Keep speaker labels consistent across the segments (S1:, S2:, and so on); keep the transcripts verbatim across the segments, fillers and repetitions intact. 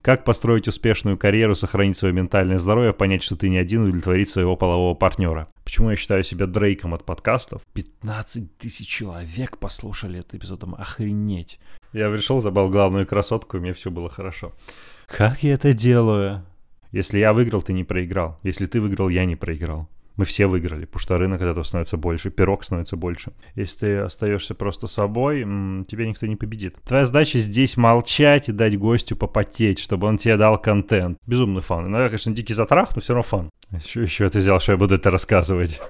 S1: Как построить успешную карьеру, сохранить свое ментальное здоровье, понять, что ты не один, и удовлетворить своего полового партнера. Почему я считаю себя Дрейком от подкастов? пятнадцать тысяч человек послушали этот эпизод. Охренеть. Я пришел, забрал главную красотку, и мне все было хорошо. Как я это делаю? Если я выиграл, ты не проиграл. Если ты выиграл, я не проиграл. Мы все выиграли, потому что рынок от этого становится больше, пирог становится больше. Если ты остаешься просто собой, м- тебя никто не победит. Твоя задача здесь молчать и дать гостю попотеть, чтобы он тебе дал контент. Безумный фан. Иногда, конечно, дикий затрах, но все равно фан. Еще, еще ты взял, что я буду это рассказывать.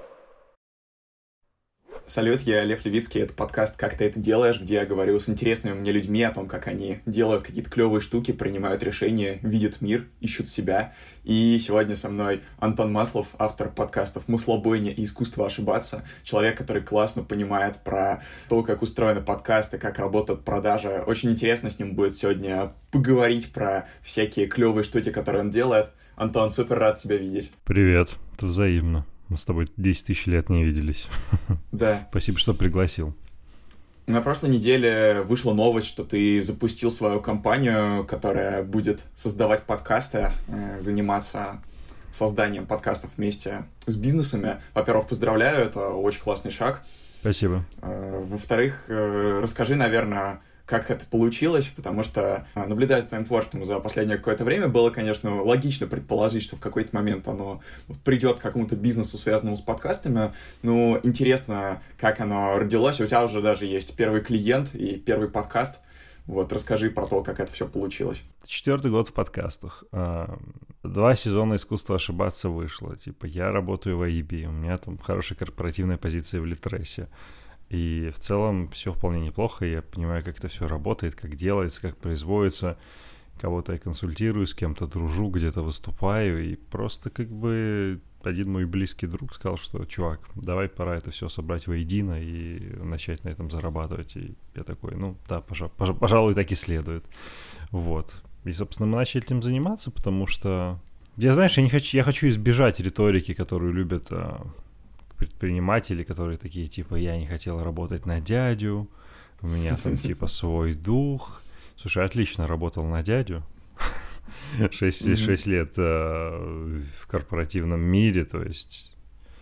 S2: Салют, я Лев Левицкий, это подкаст «Как ты это делаешь», где я говорю с интересными мне людьми о том, как они делают какие-то клевые штуки, принимают решения, видят мир, ищут себя. И сегодня со мной Антон Маслов, автор подкастов «Маслобойня» и «Искусство ошибаться», человек, который классно понимает про то, как устроены подкасты, как работает продажа. Очень интересно с ним будет сегодня поговорить про всякие клевые штуки, которые он делает. Антон, супер рад тебя видеть.
S1: Привет, это взаимно. Мы с тобой десять тысяч лет не виделись.
S2: Да.
S1: Спасибо, что пригласил.
S2: На прошлой неделе вышла новость, что ты запустил свою компанию, которая будет создавать подкасты, заниматься созданием подкастов вместе с бизнесами. Во-первых, поздравляю, это очень классный шаг.
S1: Спасибо.
S2: Во-вторых, расскажи, наверное, как это получилось, потому что, наблюдая за твоим творчеством за последнее какое-то время, было, конечно, логично предположить, что в какой-то момент оно придет к какому-то бизнесу, связанному с подкастами, но интересно, как оно родилось. У тебя уже даже есть первый клиент и первый подкаст. Вот, расскажи про то, как это все получилось.
S1: Четвертый год в подкастах. Два сезона «Искусства ошибаться» вышло. Типа, я работаю в эй и би, у меня там хорошая корпоративная позиция в Литресе. И в целом все вполне неплохо, я понимаю, как это все работает, как делается, как производится. Кого-то я консультирую, с кем-то дружу, где-то выступаю. И просто как бы один мой близкий друг сказал, что, чувак, давай пора это все собрать воедино и начать на этом зарабатывать. И я такой, ну да, пожа- пожа- пожалуй, так и следует. Вот. И, собственно, мы начали этим заниматься, потому что... Я, знаешь, я, не хочу, я хочу избежать риторики, которую любят... предприниматели, которые такие, типа, я не хотел работать на дядю, у меня там, типа, свой дух. Слушай, отлично работал на дядю. шесть лет э, в корпоративном мире, то есть,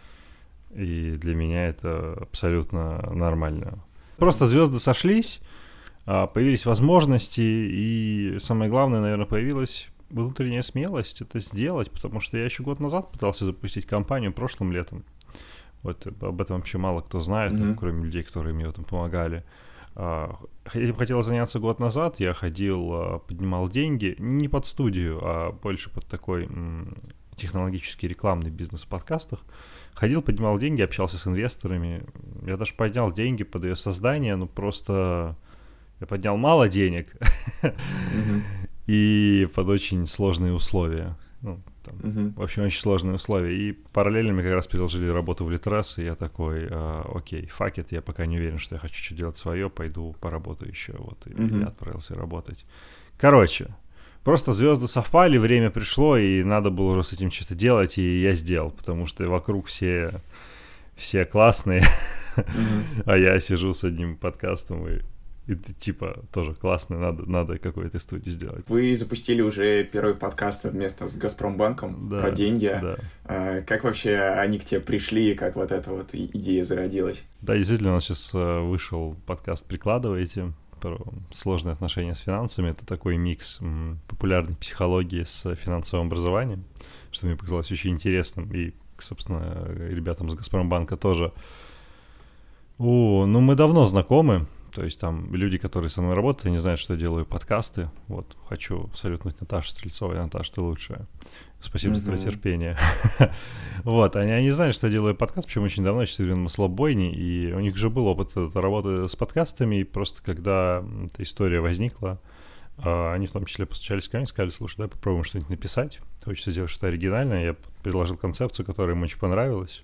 S1: и для меня это абсолютно нормально. Просто звезды сошлись, появились возможности, и самое главное, наверное, появилась внутренняя смелость это сделать, потому что я еще год назад пытался запустить компанию прошлым летом. Вот об этом вообще мало кто знает, mm-hmm. ну, кроме людей, которые мне в этом помогали. Этим хотел заняться год назад. Я ходил, поднимал деньги не под студию, а больше под такой м, технологический рекламный бизнес в подкастах. Ходил, поднимал деньги, общался с инвесторами. Я даже поднял деньги под ее создание, но просто я поднял мало денег mm-hmm. и под очень сложные условия. Ну, там, uh-huh. в общем, очень сложные условия. И параллельно мне как раз предложили работу в Литрес, и я такой, а, окей, fuck it, я пока не уверен, что я хочу что делать свое, пойду поработаю еще. Вот, и uh-huh. я отправился работать. Короче, просто звезды совпали, время пришло, и надо было уже с этим что-то делать, и я сделал, потому что вокруг все, все классные, uh-huh. а я сижу с одним подкастом и... И типа тоже классно, надо, надо какую-то студию сделать.
S2: Вы запустили уже первый подкаст совместно с Газпромбанком да, про деньги. Да. А, как вообще они к тебе пришли, и как вот эта вот идея зародилась?
S1: Да, действительно, у нас сейчас вышел подкаст «Прикладывайте» про сложные отношения с финансами. Это такой микс м, популярной психологии с финансовым образованием, что мне показалось очень интересным. И, собственно, ребятам с Газпромбанка тоже. О, ну мы давно знакомы. То есть там люди, которые со мной работают, они знают, что я делаю подкасты. Вот, хочу салютнуть Наташу Стрельцовой. Наташа, ты лучшая. Спасибо mm-hmm. за твое терпение. Вот, они, они знают, что я делаю подкаст, причем очень давно, сейчас в Маслобойне, и у них же был опыт работы с подкастами, и просто когда эта история возникла, они в том числе постучались ко мне и сказали, слушай, давай попробуем что-нибудь написать. Хочется сделать что-то оригинальное. Я предложил концепцию, которая им очень понравилась.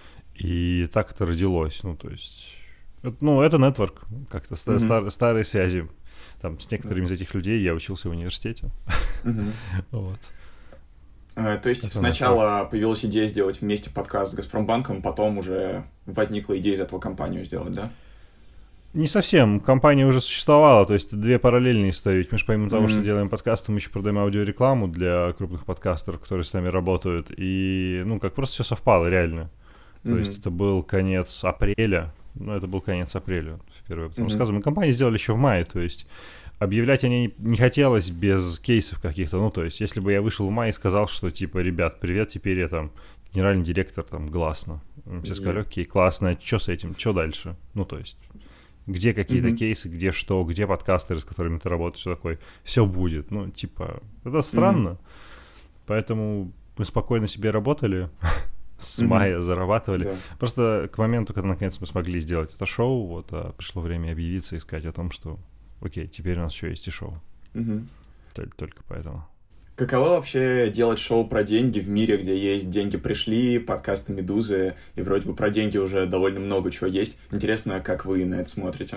S1: И так это родилось. Ну, то есть... Ну, это нетворк, как-то mm-hmm. стар, старые связи. Там с некоторыми из этих людей я учился в университете. Mm-hmm. Вот.
S2: А, то есть это сначала нетворк. Появилась идея сделать вместе подкаст с Газпромбанком, потом уже возникла идея из этого компанию сделать, да?
S1: Не совсем. Компания уже существовала, то есть две параллельные истории. Ведь мы же помимо mm-hmm. того, что делаем подкасты, мы еще продаем аудиорекламу для крупных подкастеров, которые с нами работают. И, ну, как просто все совпало, реально. То mm-hmm. есть это был конец апреля. Ну, это был конец апреля, впервые потом mm-hmm. рассказываю. Мы компанию сделали еще в мае, то есть объявлять о ней не хотелось без кейсов каких-то. Ну, то есть если бы я вышел в мае и сказал, что, типа, ребят, привет, теперь я там генеральный директор, там, Гласно. Все сказали, окей, классно, что с этим, что дальше? Ну, то есть... Где какие-то mm-hmm. кейсы, где что, где подкастеры, с которыми ты работаешь, что такое. Все будет. Ну, типа, это странно. Mm-hmm. Поэтому мы спокойно себе работали, с mm-hmm. мая зарабатывали. Yeah. Просто к моменту, когда наконец мы смогли сделать это шоу, вот, а пришло время объявиться и сказать о том, что окей, теперь у нас еще есть и шоу.
S2: Mm-hmm.
S1: Только, только поэтому.
S2: Каково вообще делать шоу про деньги в мире, где есть «Деньги пришли», подкасты «Медузы», и вроде бы про деньги уже довольно много чего есть. Интересно, как вы на это смотрите?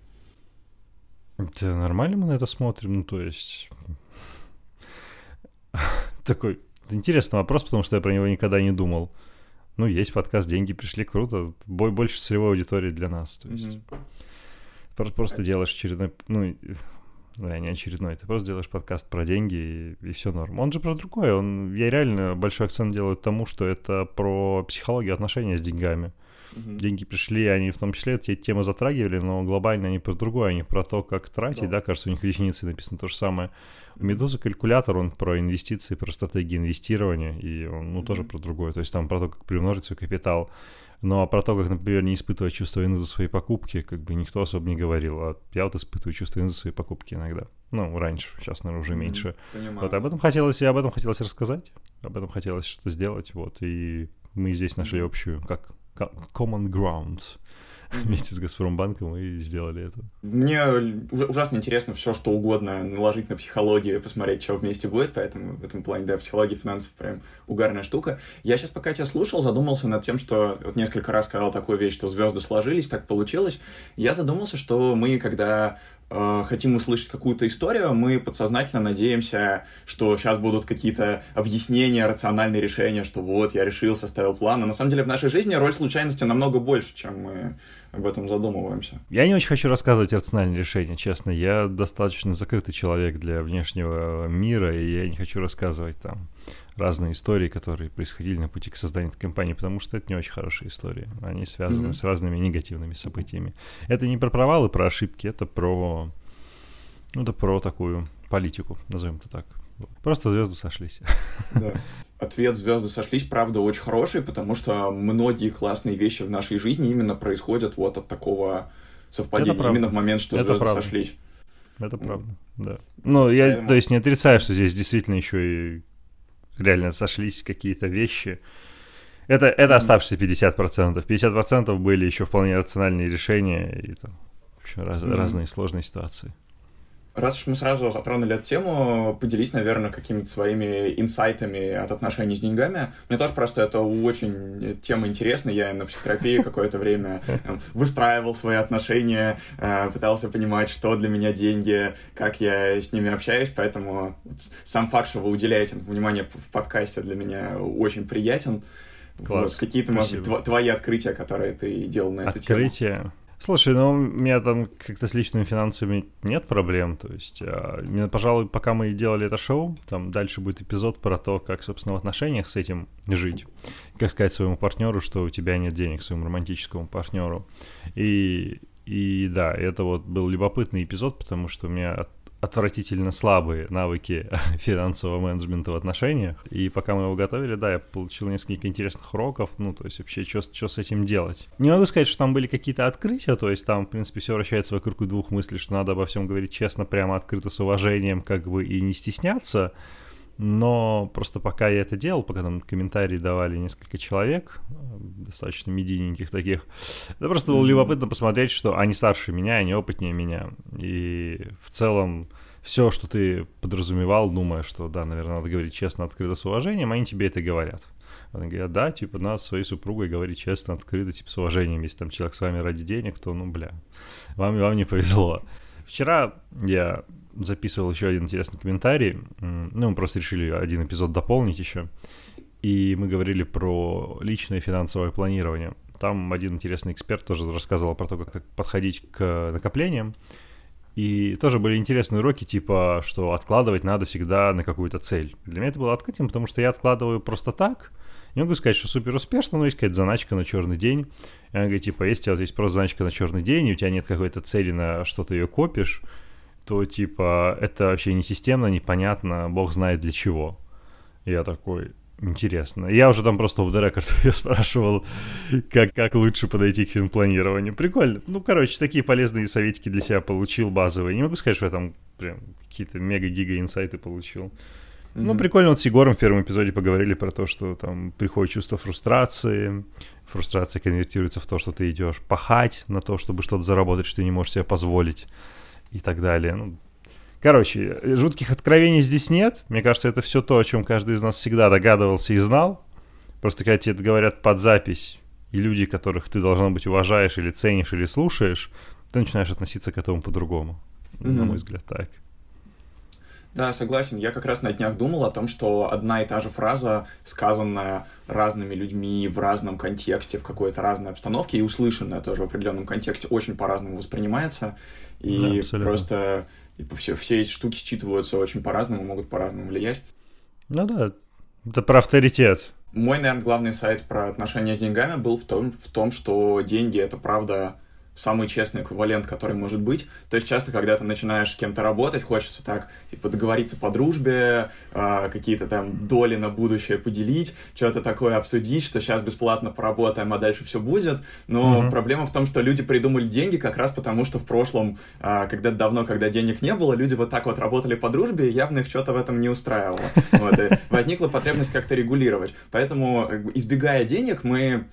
S1: Это нормально мы на это смотрим? Ну, то есть... Такой интересный вопрос, потому что я про него никогда не думал. Ну, есть подкаст «Деньги пришли», круто. Больше целевой аудитории для нас. То есть... Mm-hmm. Просто делаешь очередной... Ну, да, не очередной. Ты просто делаешь подкаст про деньги, и, и все норм. Он же про другое. Он, я реально большой акцент делаю тому, что это про психологию отношения с деньгами. Mm-hmm. Деньги пришли, они в том числе эти темы затрагивали, но глобально они про другое. Они про то, как тратить, да, да кажется, у них в дефиниции написано то же самое. У Медузы калькулятор, он про инвестиции, про стратегии инвестирования, и он, ну, mm-hmm. тоже про другое. То есть там про то, как приумножить свой капитал. Но про то, как, например, не испытывать чувство вины за свои покупки, как бы никто особо не говорил. А я вот испытываю чувство вины за свои покупки иногда. Ну, раньше, сейчас, наверное, уже меньше.
S2: Понимаю.
S1: Вот об этом хотелось, и об этом хотелось рассказать, об этом хотелось что-то сделать, вот. И мы здесь нашли общую, как common ground. Вместе с Газпромбанком и сделали это.
S2: Мне ужасно интересно все, что угодно наложить на психологию и посмотреть, что вместе будет, поэтому в этом плане, да, психология финансов прям угарная штука. Я сейчас, пока тебя слушал, задумался над тем, что вот несколько раз сказал такую вещь, что звезды сложились, так получилось. Я задумался, что мы, когда э, хотим услышать какую-то историю, мы подсознательно надеемся, что сейчас будут какие-то объяснения, рациональные решения, что вот, я решил, составил план. Но на самом деле в нашей жизни роль случайности намного больше, чем мы об этом задумываемся.
S1: Я не очень хочу рассказывать рациональные решения, честно. Я достаточно закрытый человек для внешнего мира, и я не хочу рассказывать там разные истории, которые происходили на пути к созданию этой компании, потому что это не очень хорошие истории. Они связаны mm-hmm. с разными негативными событиями. Это не про провалы, про ошибки, это про, ну, это про такую политику, назовем это так. Просто звезды сошлись.
S2: Да. Ответ «звезды сошлись», правда, очень хороший, потому что многие классные вещи в нашей жизни именно происходят вот от такого совпадения, именно в момент, что это звезды правда. сошлись.
S1: Это правда, да. Ну, я, Поэтому... то есть, не отрицаю, что здесь действительно еще и реально сошлись какие-то вещи. Это, это mm-hmm. оставшиеся пятьдесят процентов. пятьдесят процентов были еще вполне рациональные решения и там еще раз, mm-hmm. разные сложные ситуации.
S2: Раз уж мы сразу затронули эту тему, поделись, наверное, какими-то своими инсайтами от отношений с деньгами. Мне тоже просто это очень тема интересная. Я на психотерапии какое-то время выстраивал свои отношения, пытался понимать, что для меня деньги, как я с ними общаюсь, поэтому сам факт, что вы уделяете внимание в подкасте, для меня очень приятен. Вот, какие-то, может быть, твои открытия, которые ты делал на эту тему.
S1: Открытия? Слушай, ну у меня там как-то с личными финансами нет проблем, то есть, а, пожалуй, пока мы делали это шоу, там дальше будет эпизод про то, как, собственно, в отношениях с этим жить, как сказать своему партнеру, что у тебя нет денег, своему романтическому партнеру, и, и да, это вот был любопытный эпизод, потому что у меня отвратительно слабые навыки финансового менеджмента в отношениях. И пока мы его готовили, да, я получил несколько интересных уроков, ну, то есть вообще, что, что с этим делать. Не могу сказать, что там были какие-то открытия, то есть там, в принципе, все вращается вокруг двух мыслей, что надо обо всем говорить честно, прямо, открыто, с уважением, как бы, и не стесняться. Но просто пока я это делал, пока там комментарии давали несколько человек, достаточно медийненьких таких, это просто было любопытно посмотреть, что они старше меня, они опытнее меня. И в целом все, что ты подразумевал, думая, что да, наверное, надо говорить честно, открыто, с уважением, они тебе это говорят. Они говорят, да, типа, надо со своей супругой говорить честно, открыто, типа, с уважением. Если там человек с вами ради денег, то, ну, бля, вам, вам не повезло. Вчера я записывал еще один интересный комментарий. Ну, мы просто решили один эпизод дополнить еще. И мы говорили про личное финансовое планирование. там один интересный эксперт тоже рассказывал про то, как подходить к накоплениям. И тоже были интересные уроки, типа, что откладывать надо всегда на какую-то цель. Для меня это было открытием, потому что я откладываю просто так. Не могу сказать, что супер успешно, но есть какая-то заначка на черный день. И она говорит, типа, если у тебя вот есть просто заначка на черный день, и у тебя нет какой-то цели, на что ты ее копишь, то, типа, это вообще не системно, непонятно, бог знает для чего. И я такой, интересно. Я уже там просто в the record я спрашивал, как, как лучше подойти к финпланированию. Прикольно. Ну, короче, такие полезные советики для себя получил, базовые. Не могу сказать, что я там прям какие-то мега-гига-инсайты получил. Mm-hmm. Ну, прикольно, вот с Егором в первом эпизоде поговорили про то, что там приходит чувство фрустрации, фрустрация конвертируется в то, что ты идешь пахать на то, чтобы что-то заработать, что ты не можешь себе позволить и так далее. Ну, короче, жутких откровений здесь нет. Мне кажется, это все то, о чем каждый из нас всегда догадывался и знал. Просто когда тебе это говорят под запись, и люди, которых ты, должно быть, уважаешь или ценишь, или слушаешь, ты начинаешь относиться к этому по-другому. Mm-hmm. На мой взгляд, так.
S2: Да, согласен. Я как раз на днях думал о том, что одна и та же фраза, сказанная разными людьми в разном контексте, в какой-то разной обстановке, и услышанная тоже в определенном контексте, очень по-разному воспринимается. И да, просто типа, все, все эти штуки считываются очень по-разному, могут по-разному влиять.
S1: Ну да, это про авторитет.
S2: Мой, наверное, главный инсайт про отношения с деньгами был в том, в том, что деньги — это, правда, самый честный эквивалент, который может быть. То есть часто, когда ты начинаешь с кем-то работать, хочется так, типа, договориться по дружбе, э, какие-то там доли на будущее поделить, что-то такое обсудить, что сейчас бесплатно поработаем, а дальше все будет. Но mm-hmm. проблема в том, что люди придумали деньги как раз потому, что в прошлом, э, когда-то давно, когда денег не было, люди вот так вот работали по дружбе, и явно их что-то в этом не устраивало. Вот, и возникла потребность как-то регулировать. Поэтому, избегая денег, мы...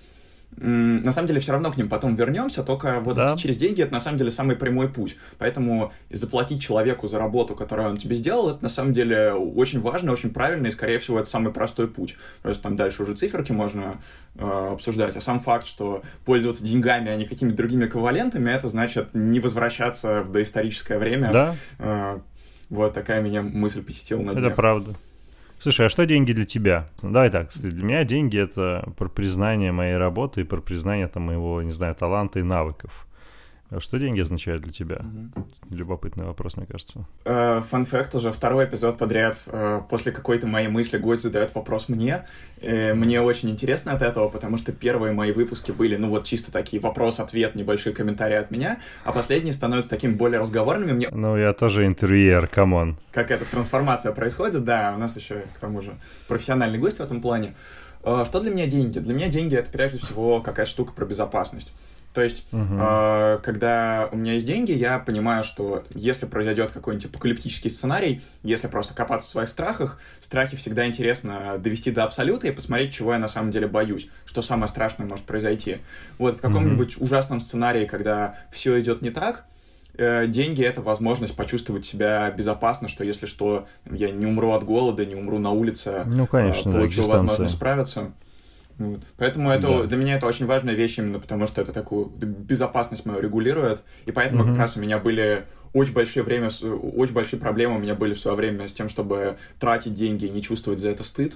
S2: на самом деле все равно к ним потом вернемся, только вот да. через деньги это на самом деле самый прямой путь. Поэтому заплатить человеку за работу, которую он тебе сделал, это на самом деле очень важно, очень правильно, и, скорее всего, это самый простой путь. Просто там дальше уже циферки можно э, обсуждать. А сам факт, что пользоваться деньгами, а не какими-то другими эквивалентами, это значит не возвращаться в доисторическое время.
S1: Да.
S2: Э, вот такая меня мысль посетила на днях.
S1: Это правда. Слушай, а что деньги для тебя? Ну, давай так, для меня деньги — это про признание моей работы и про признание там, моего, не знаю, таланта и навыков. А что деньги означают для тебя? Mm-hmm. Любопытный вопрос, мне кажется.
S2: Фан-факт, uh, уже второй эпизод подряд. Uh, после какой-то моей мысли гость задает вопрос мне. Uh, мне очень интересно от этого, потому что первые мои выпуски были, ну вот чисто такие вопрос-ответ, небольшие комментарии от меня, а последние становятся такими более разговорными. Мне...
S1: Ну, я тоже интервьюер, камон.
S2: Как эта трансформация происходит, да, у нас еще, к тому же, профессиональный гость в этом плане. Uh, что для меня деньги? Для меня деньги — это прежде всего какая-то штука про безопасность. То есть, uh-huh. э, когда у меня есть деньги, я понимаю, что если произойдет какой-нибудь апокалиптический сценарий, если просто копаться в своих страхах, страхи всегда интересно довести до абсолюта и посмотреть, чего я на самом деле боюсь, что самое страшное может произойти. Вот в каком-нибудь uh-huh. ужасном сценарии, когда все идет не так, э, деньги — это возможность почувствовать себя безопасно, что если что, я не умру от голода, не умру на улице,
S1: ну, конечно,
S2: э, получу
S1: да,
S2: возможность справиться. Вот. Поэтому это, да. для меня это очень важная вещь, именно потому что это такую безопасность мою регулирует, и поэтому mm-hmm. как раз у меня были очень большие, время, очень большие проблемы у меня были в свое время с тем, чтобы тратить деньги и не чувствовать за это стыд.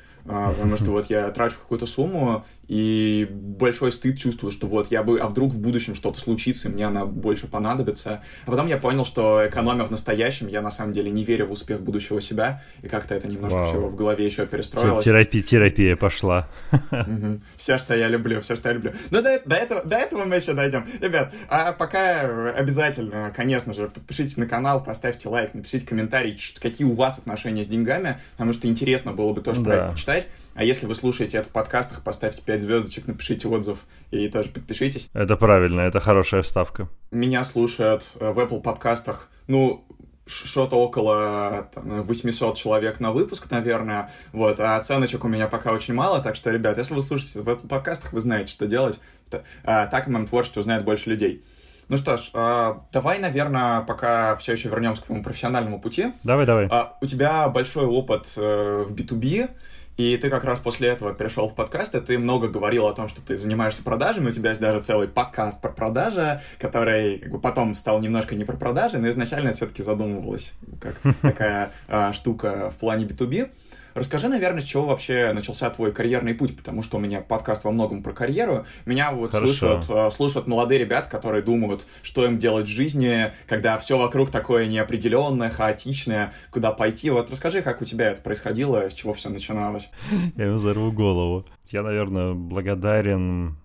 S2: А, потому что вот я трачу какую-то сумму, и большой стыд чувствую, что вот я бы, а вдруг в будущем что-то случится, и мне она больше понадобится. А потом я понял, что экономя в настоящем, я на самом деле не верю в успех будущего себя, и как-то это немножко Вау. все в голове еще перестроилось.
S1: Терапия, терапия пошла.
S2: Угу. Все, что я люблю, все, что я люблю. Но до, до, этого, до этого мы еще дойдем. Ребят, а пока обязательно, конечно же, подпишитесь на канал, поставьте лайк, напишите комментарий, какие у вас отношения с деньгами, потому что интересно было бы тоже да. про это почитать. А если вы слушаете это в подкастах, поставьте пять звездочек, напишите отзыв и тоже подпишитесь.
S1: Это правильно, это хорошая вставка.
S2: Меня слушают в Apple подкастах, ну, что-то около там, восемьсот человек на выпуск, наверное, вот, а оценочек у меня пока очень мало, так что, ребят, если вы слушаете в Apple подкастах, вы знаете, что делать. Так о моем творчестве узнает больше людей. Ну что ж, давай, наверное, пока все еще вернемся к твоему профессиональному пути.
S1: Давай, давай.
S2: У тебя большой опыт в би ту би, И ты как раз после этого перешел в подкаст, и ты много говорил о том, что ты занимаешься продажами, у тебя есть даже целый подкаст про продажи, который как бы потом стал немножко не про продажи, но изначально все-таки задумывалась как такая а, штука в плане би ту би. Расскажи, наверное, с чего вообще начался твой карьерный путь, потому что у меня подкаст во многом про карьеру. Меня вот слушают, слушают молодые ребята, которые думают, что им делать в жизни, когда все вокруг такое неопределенное, хаотичное, куда пойти. Вот расскажи, как у тебя это происходило, с чего все начиналось.
S1: Я им взорву голову. Я, наверное, благодарен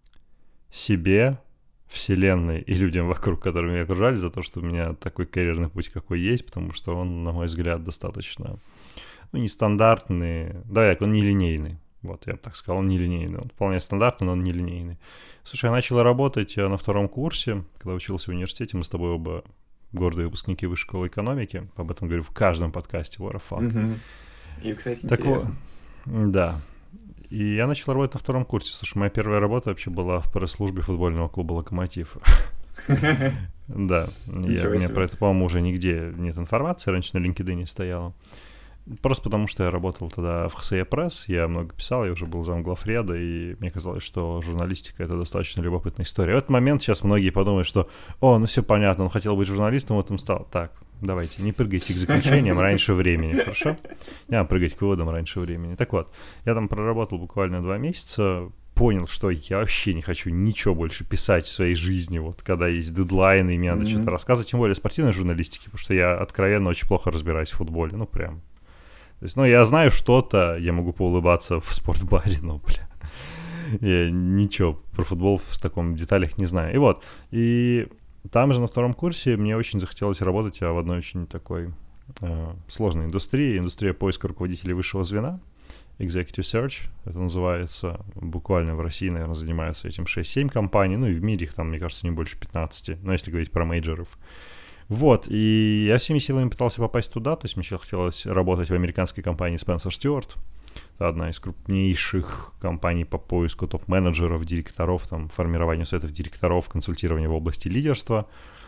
S1: себе, вселенной и людям вокруг, которые меня окружали, за то, что у меня такой карьерный путь, какой есть, потому что он, на мой взгляд, достаточно... Ну, нестандартный, да, он нелинейный, вот, я бы так сказал, он нелинейный, он вполне стандартный, но он нелинейный. Слушай, я начал работать на втором курсе, когда учился в университете, мы с тобой оба гордые выпускники высшей школы экономики, об этом говорю в каждом подкасте What a Fuck.
S2: Mm-hmm. И, кстати,
S1: так
S2: интересно.
S1: Вот, да, и я начал работать на втором курсе, слушай, моя первая работа вообще была в пресс-службе футбольного клуба «Локомотив». Да, у меня про это, по-моему, уже нигде нет информации, раньше на LinkedIn стояло. Просто потому, что я работал тогда в эйч эс и Пресс, я много писал, я уже был замглавреда, и мне казалось, что журналистика — это достаточно любопытная история. В этот момент сейчас многие подумают, что «О, ну все понятно, он хотел быть журналистом, вот он стал». Так, давайте, не прыгайте к заключениям раньше времени, хорошо? Не надо прыгать к выводам раньше времени. Так вот, я там проработал буквально два месяца, понял, что я вообще не хочу ничего больше писать в своей жизни, вот когда есть дедлайны, и мне надо mm-hmm. что-то рассказывать, тем более спортивной журналистики, потому что я откровенно очень плохо разбираюсь в футболе, ну прям. То есть, ну, я знаю что-то, я могу поулыбаться в спортбаре, но, бля, я ничего про футбол в таком деталях не знаю. И вот, и там же на втором курсе мне очень захотелось работать в одной очень такой э, сложной индустрии, индустрия поиска руководителей высшего звена, Executive Search, это называется, буквально в России, наверное, занимаются этим шесть-семь компаний, ну и в мире их там, мне кажется, не больше пятнадцати, но если говорить про мейджоров. Вот, и я всеми силами пытался попасть туда, то есть мне еще хотелось работать в американской компании Spencer Stuart, это одна из крупнейших компаний по поиску топ-менеджеров, директоров, там, формированию советов директоров, консультированию в области лидерства.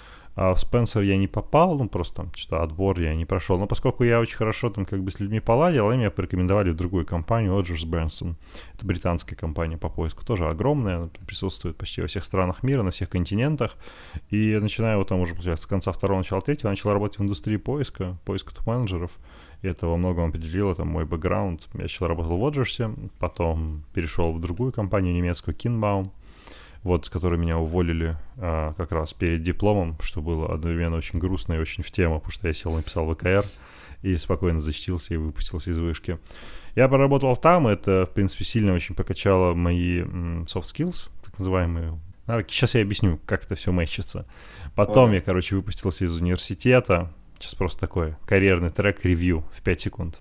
S1: А в Spencer я не попал, ну, просто там что-то отбор я не прошел. Но поскольку я очень хорошо там как бы с людьми поладил, они меня порекомендовали в другую компанию, Rodgers Benson. Это британская компания по поиску, тоже огромная, присутствует почти во всех странах мира, на всех континентах. И начиная вот там уже, получается, с конца второго, начала третьего, я начал работать в индустрии поиска, поиска топ-менеджеров. И это во многом определило там мой бэкграунд. Я сначала работал в Rodgers, потом перешел в другую компанию немецкую, Kinnbaum, вот, с которой меня уволили а, как раз перед дипломом, что было одновременно очень грустно и очень в тему, потому что я сел, написал вэ ка эр и спокойно защитился и выпустился из вышки. Я поработал там, это, в принципе, сильно очень покачало мои м, soft skills, так называемые навыки. Сейчас я объясню, как это все мэчится. Потом Ладно. я, короче, выпустился из университета, сейчас просто такой карьерный трек, ревью в пять секунд.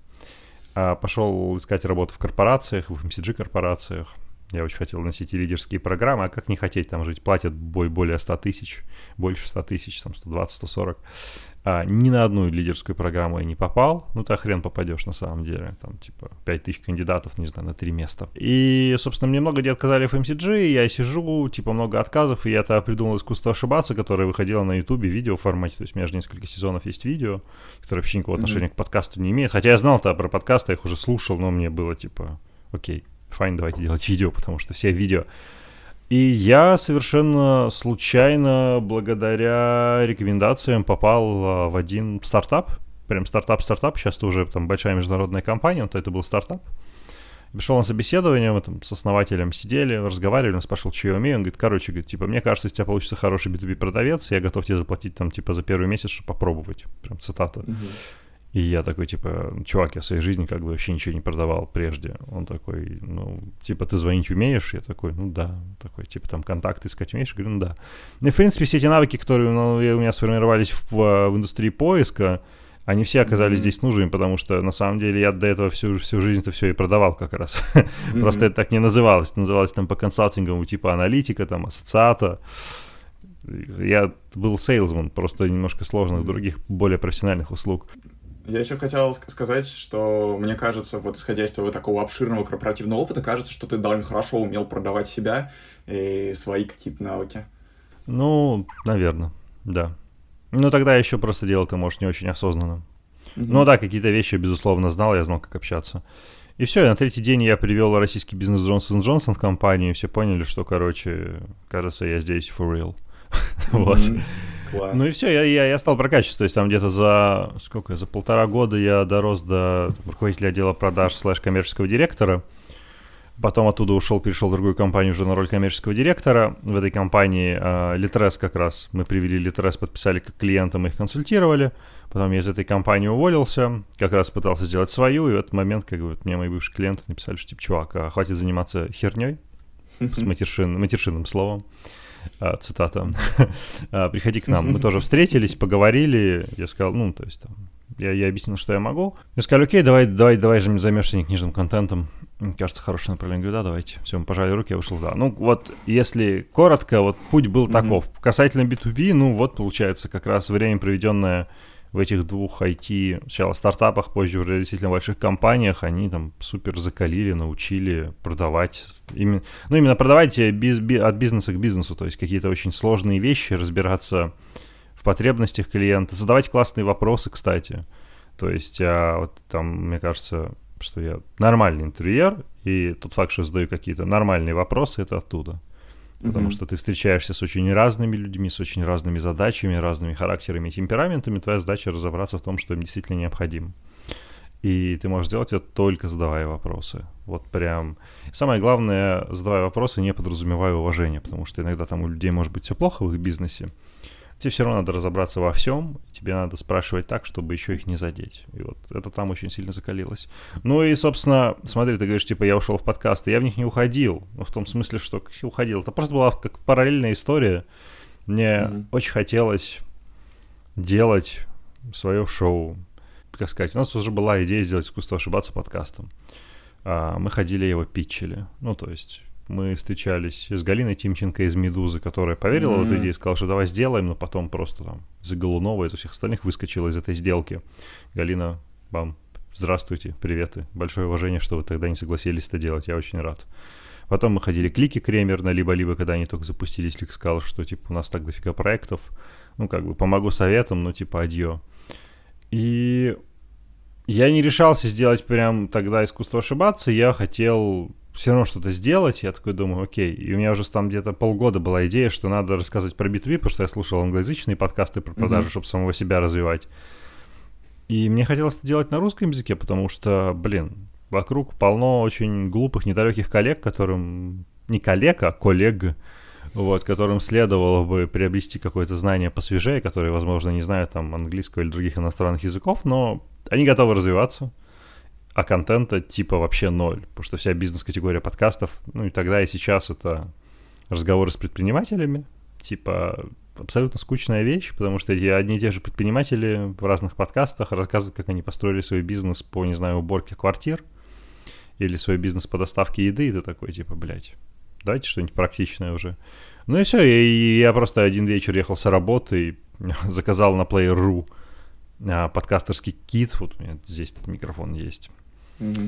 S1: А, пошел искать работу в корпорациях, в эф эм си джи-корпорациях. Я очень хотел носить и лидерские программы, а как не хотеть там жить? Платят более ста тысяч, больше ста тысяч, там сто двадцать - сто сорок. А, ни на одну лидерскую программу я не попал. Ну, ты хрен попадешь на самом деле. Там типа пять тысяч кандидатов, не знаю, на три места. И, собственно, мне много где отказали в эф эм си джи, я сижу, типа много отказов, и я тогда придумал «Искусство ошибаться», которое выходило на ютубе, видео в формате. То есть у меня же несколько сезонов есть видео, которые вообще никакого отношения mm-hmm. к подкасту не имеют. Хотя я знал-то про подкасты, я их уже слушал, но мне было типа окей. Файн, давайте делать видео, потому что все видео. И я совершенно случайно, благодаря рекомендациям, попал в один стартап. Прям стартап-стартап. Сейчас это уже там большая международная компания, но это был стартап. Пришел на собеседование, мы там с основателем сидели, разговаривали, он спрашивал, что я умею. Он говорит, короче, говорит, типа, мне кажется, из тебя получится хороший би ту би-продавец, я готов тебе заплатить там, типа, за первый месяц, чтобы попробовать. Прям цитата. Uh-huh. И я такой, типа, чувак, я в своей жизни как бы вообще ничего не продавал прежде. Он такой, ну, типа, ты звонить умеешь? Я такой, ну да. Такой, типа, там, контакты искать умеешь? Я говорю, ну да. Ну и, в принципе, все эти навыки, которые ну, у меня сформировались в, в индустрии поиска, они все оказались mm-hmm. здесь нужными, потому что, на самом деле, я до этого всю, всю жизнь-то все и продавал как раз. Mm-hmm. Просто это так не называлось. Это называлось там по консалтингам типа аналитика, там, ассоциата. Я был сейлсмен, просто немножко сложных mm-hmm. других, более профессиональных услуг.
S2: Я еще хотел сказать, что мне кажется, вот исходя из твоего такого обширного корпоративного опыта, кажется, что ты довольно хорошо умел продавать себя и свои какие-то навыки.
S1: Ну, наверное, да. Ну, тогда я еще просто делал это, может, не очень осознанно. Mm-hmm. Ну да, какие-то вещи, безусловно, знал, я знал, как общаться. И все, и на третий день я привел российский бизнес Джонсон энд Джонсон в компанию, и все поняли, что, короче, кажется, я здесь for real. Вот.
S2: Класс.
S1: Ну и все, я, я, я стал прокачиваться, то есть там где-то за, сколько, за полтора года я дорос до руководителя отдела продаж слэш коммерческого директора. Потом оттуда ушел, перешел в другую компанию уже на роль коммерческого директора. В этой компании э, Litres как раз, мы привели Litres, подписали как клиента, мы их консультировали. Потом я из этой компании уволился, как раз пытался сделать свою, и в этот момент, как бы, вот, мне мои бывшие клиенты написали, что типа, чувак, а хватит заниматься херней, с матершин, матершинным словом. А, цитата. а, приходи к нам. Мы тоже встретились, поговорили. Я сказал, ну, то есть там, я, я объяснил, что я могу. Я сказал, окей, давай, давай, давай же займешься не книжным контентом. Мне кажется, хорошее направление. Говорю, да, давайте. Все, мы пожали руки, я вышел, да. Ну, вот, если коротко, вот путь был mm-hmm. таков. Касательно би ту би, ну, вот, получается, как раз время, проведенное в этих двух ай ти, сначала стартапах, позже уже действительно больших компаниях, они там супер закалили, научили продавать, именно, ну именно продавать биз, би, от бизнеса к бизнесу, то есть какие-то очень сложные вещи, разбираться в потребностях клиента, задавать классные вопросы, кстати. То есть а, вот там, мне кажется, что я нормальный интервьюер, и тот факт, что задаю какие-то нормальные вопросы, это оттуда. Потому mm-hmm. что ты встречаешься с очень разными людьми, с очень разными задачами, разными характерами и темпераментами. Твоя задача разобраться в том, что им действительно необходимо. И ты можешь сделать это только задавая вопросы. Вот прям. Самое главное, задавая вопросы, не подразумевая уважение, потому что иногда там у людей может быть все плохо в их бизнесе. Тебе все равно надо разобраться во всем, тебе надо спрашивать так, чтобы еще их не задеть. И вот это там очень сильно закалилось. Ну и, собственно, смотри, ты говоришь, типа, я ушел в подкасты, я в них не уходил. Ну, в том смысле, что уходил. Это просто была как параллельная история. Мне mm-hmm. очень хотелось делать свое шоу. Как сказать, у нас уже была идея сделать «Искусство ошибаться» подкастом. А мы ходили, его питчили. Ну, то есть... Мы встречались с Галиной Тимченко из «Медузы», которая поверила mm-hmm. в эту идею, сказала, что давай сделаем, но потом просто там из-за Голунова, из-за всех остальных выскочила из этой сделки. Галина, вам здравствуйте, приветы, большое уважение, что вы тогда не согласились это делать, я очень рад. Потом мы ходили к Лике Кремер на «Либо-либо», когда они только запустились, Лик сказал, что типа у нас так дофига проектов, ну как бы помогу советом, но типа адьё. И я не решался сделать прям тогда «Искусство ошибаться», я хотел... все равно что-то сделать, я такой думаю, окей. И у меня уже там где-то полгода была идея, что надо рассказывать про би ту би, потому что я слушал англоязычные подкасты про продажи, mm-hmm. чтобы самого себя развивать. И мне хотелось это делать на русском языке, потому что, блин, вокруг полно очень глупых, недалеких коллег, которым... Не коллег, а коллег, вот, которым следовало бы приобрести какое-то знание посвежее, которые, возможно, не знают там английского или других иностранных языков, но они готовы развиваться. А контента типа вообще ноль, потому что вся бизнес-категория подкастов, ну и тогда и сейчас это разговоры с предпринимателями, типа абсолютно скучная вещь, потому что эти одни и те же предприниматели в разных подкастах рассказывают, как они построили свой бизнес по, не знаю, уборке квартир или свой бизнес по доставке еды, и ты такой типа, блядь, давайте что-нибудь практичное уже. Ну и все, и я просто один вечер ехал с работы и заказал на Player точка ру подкастерский кит, вот у меня здесь этот микрофон есть. Mm-hmm.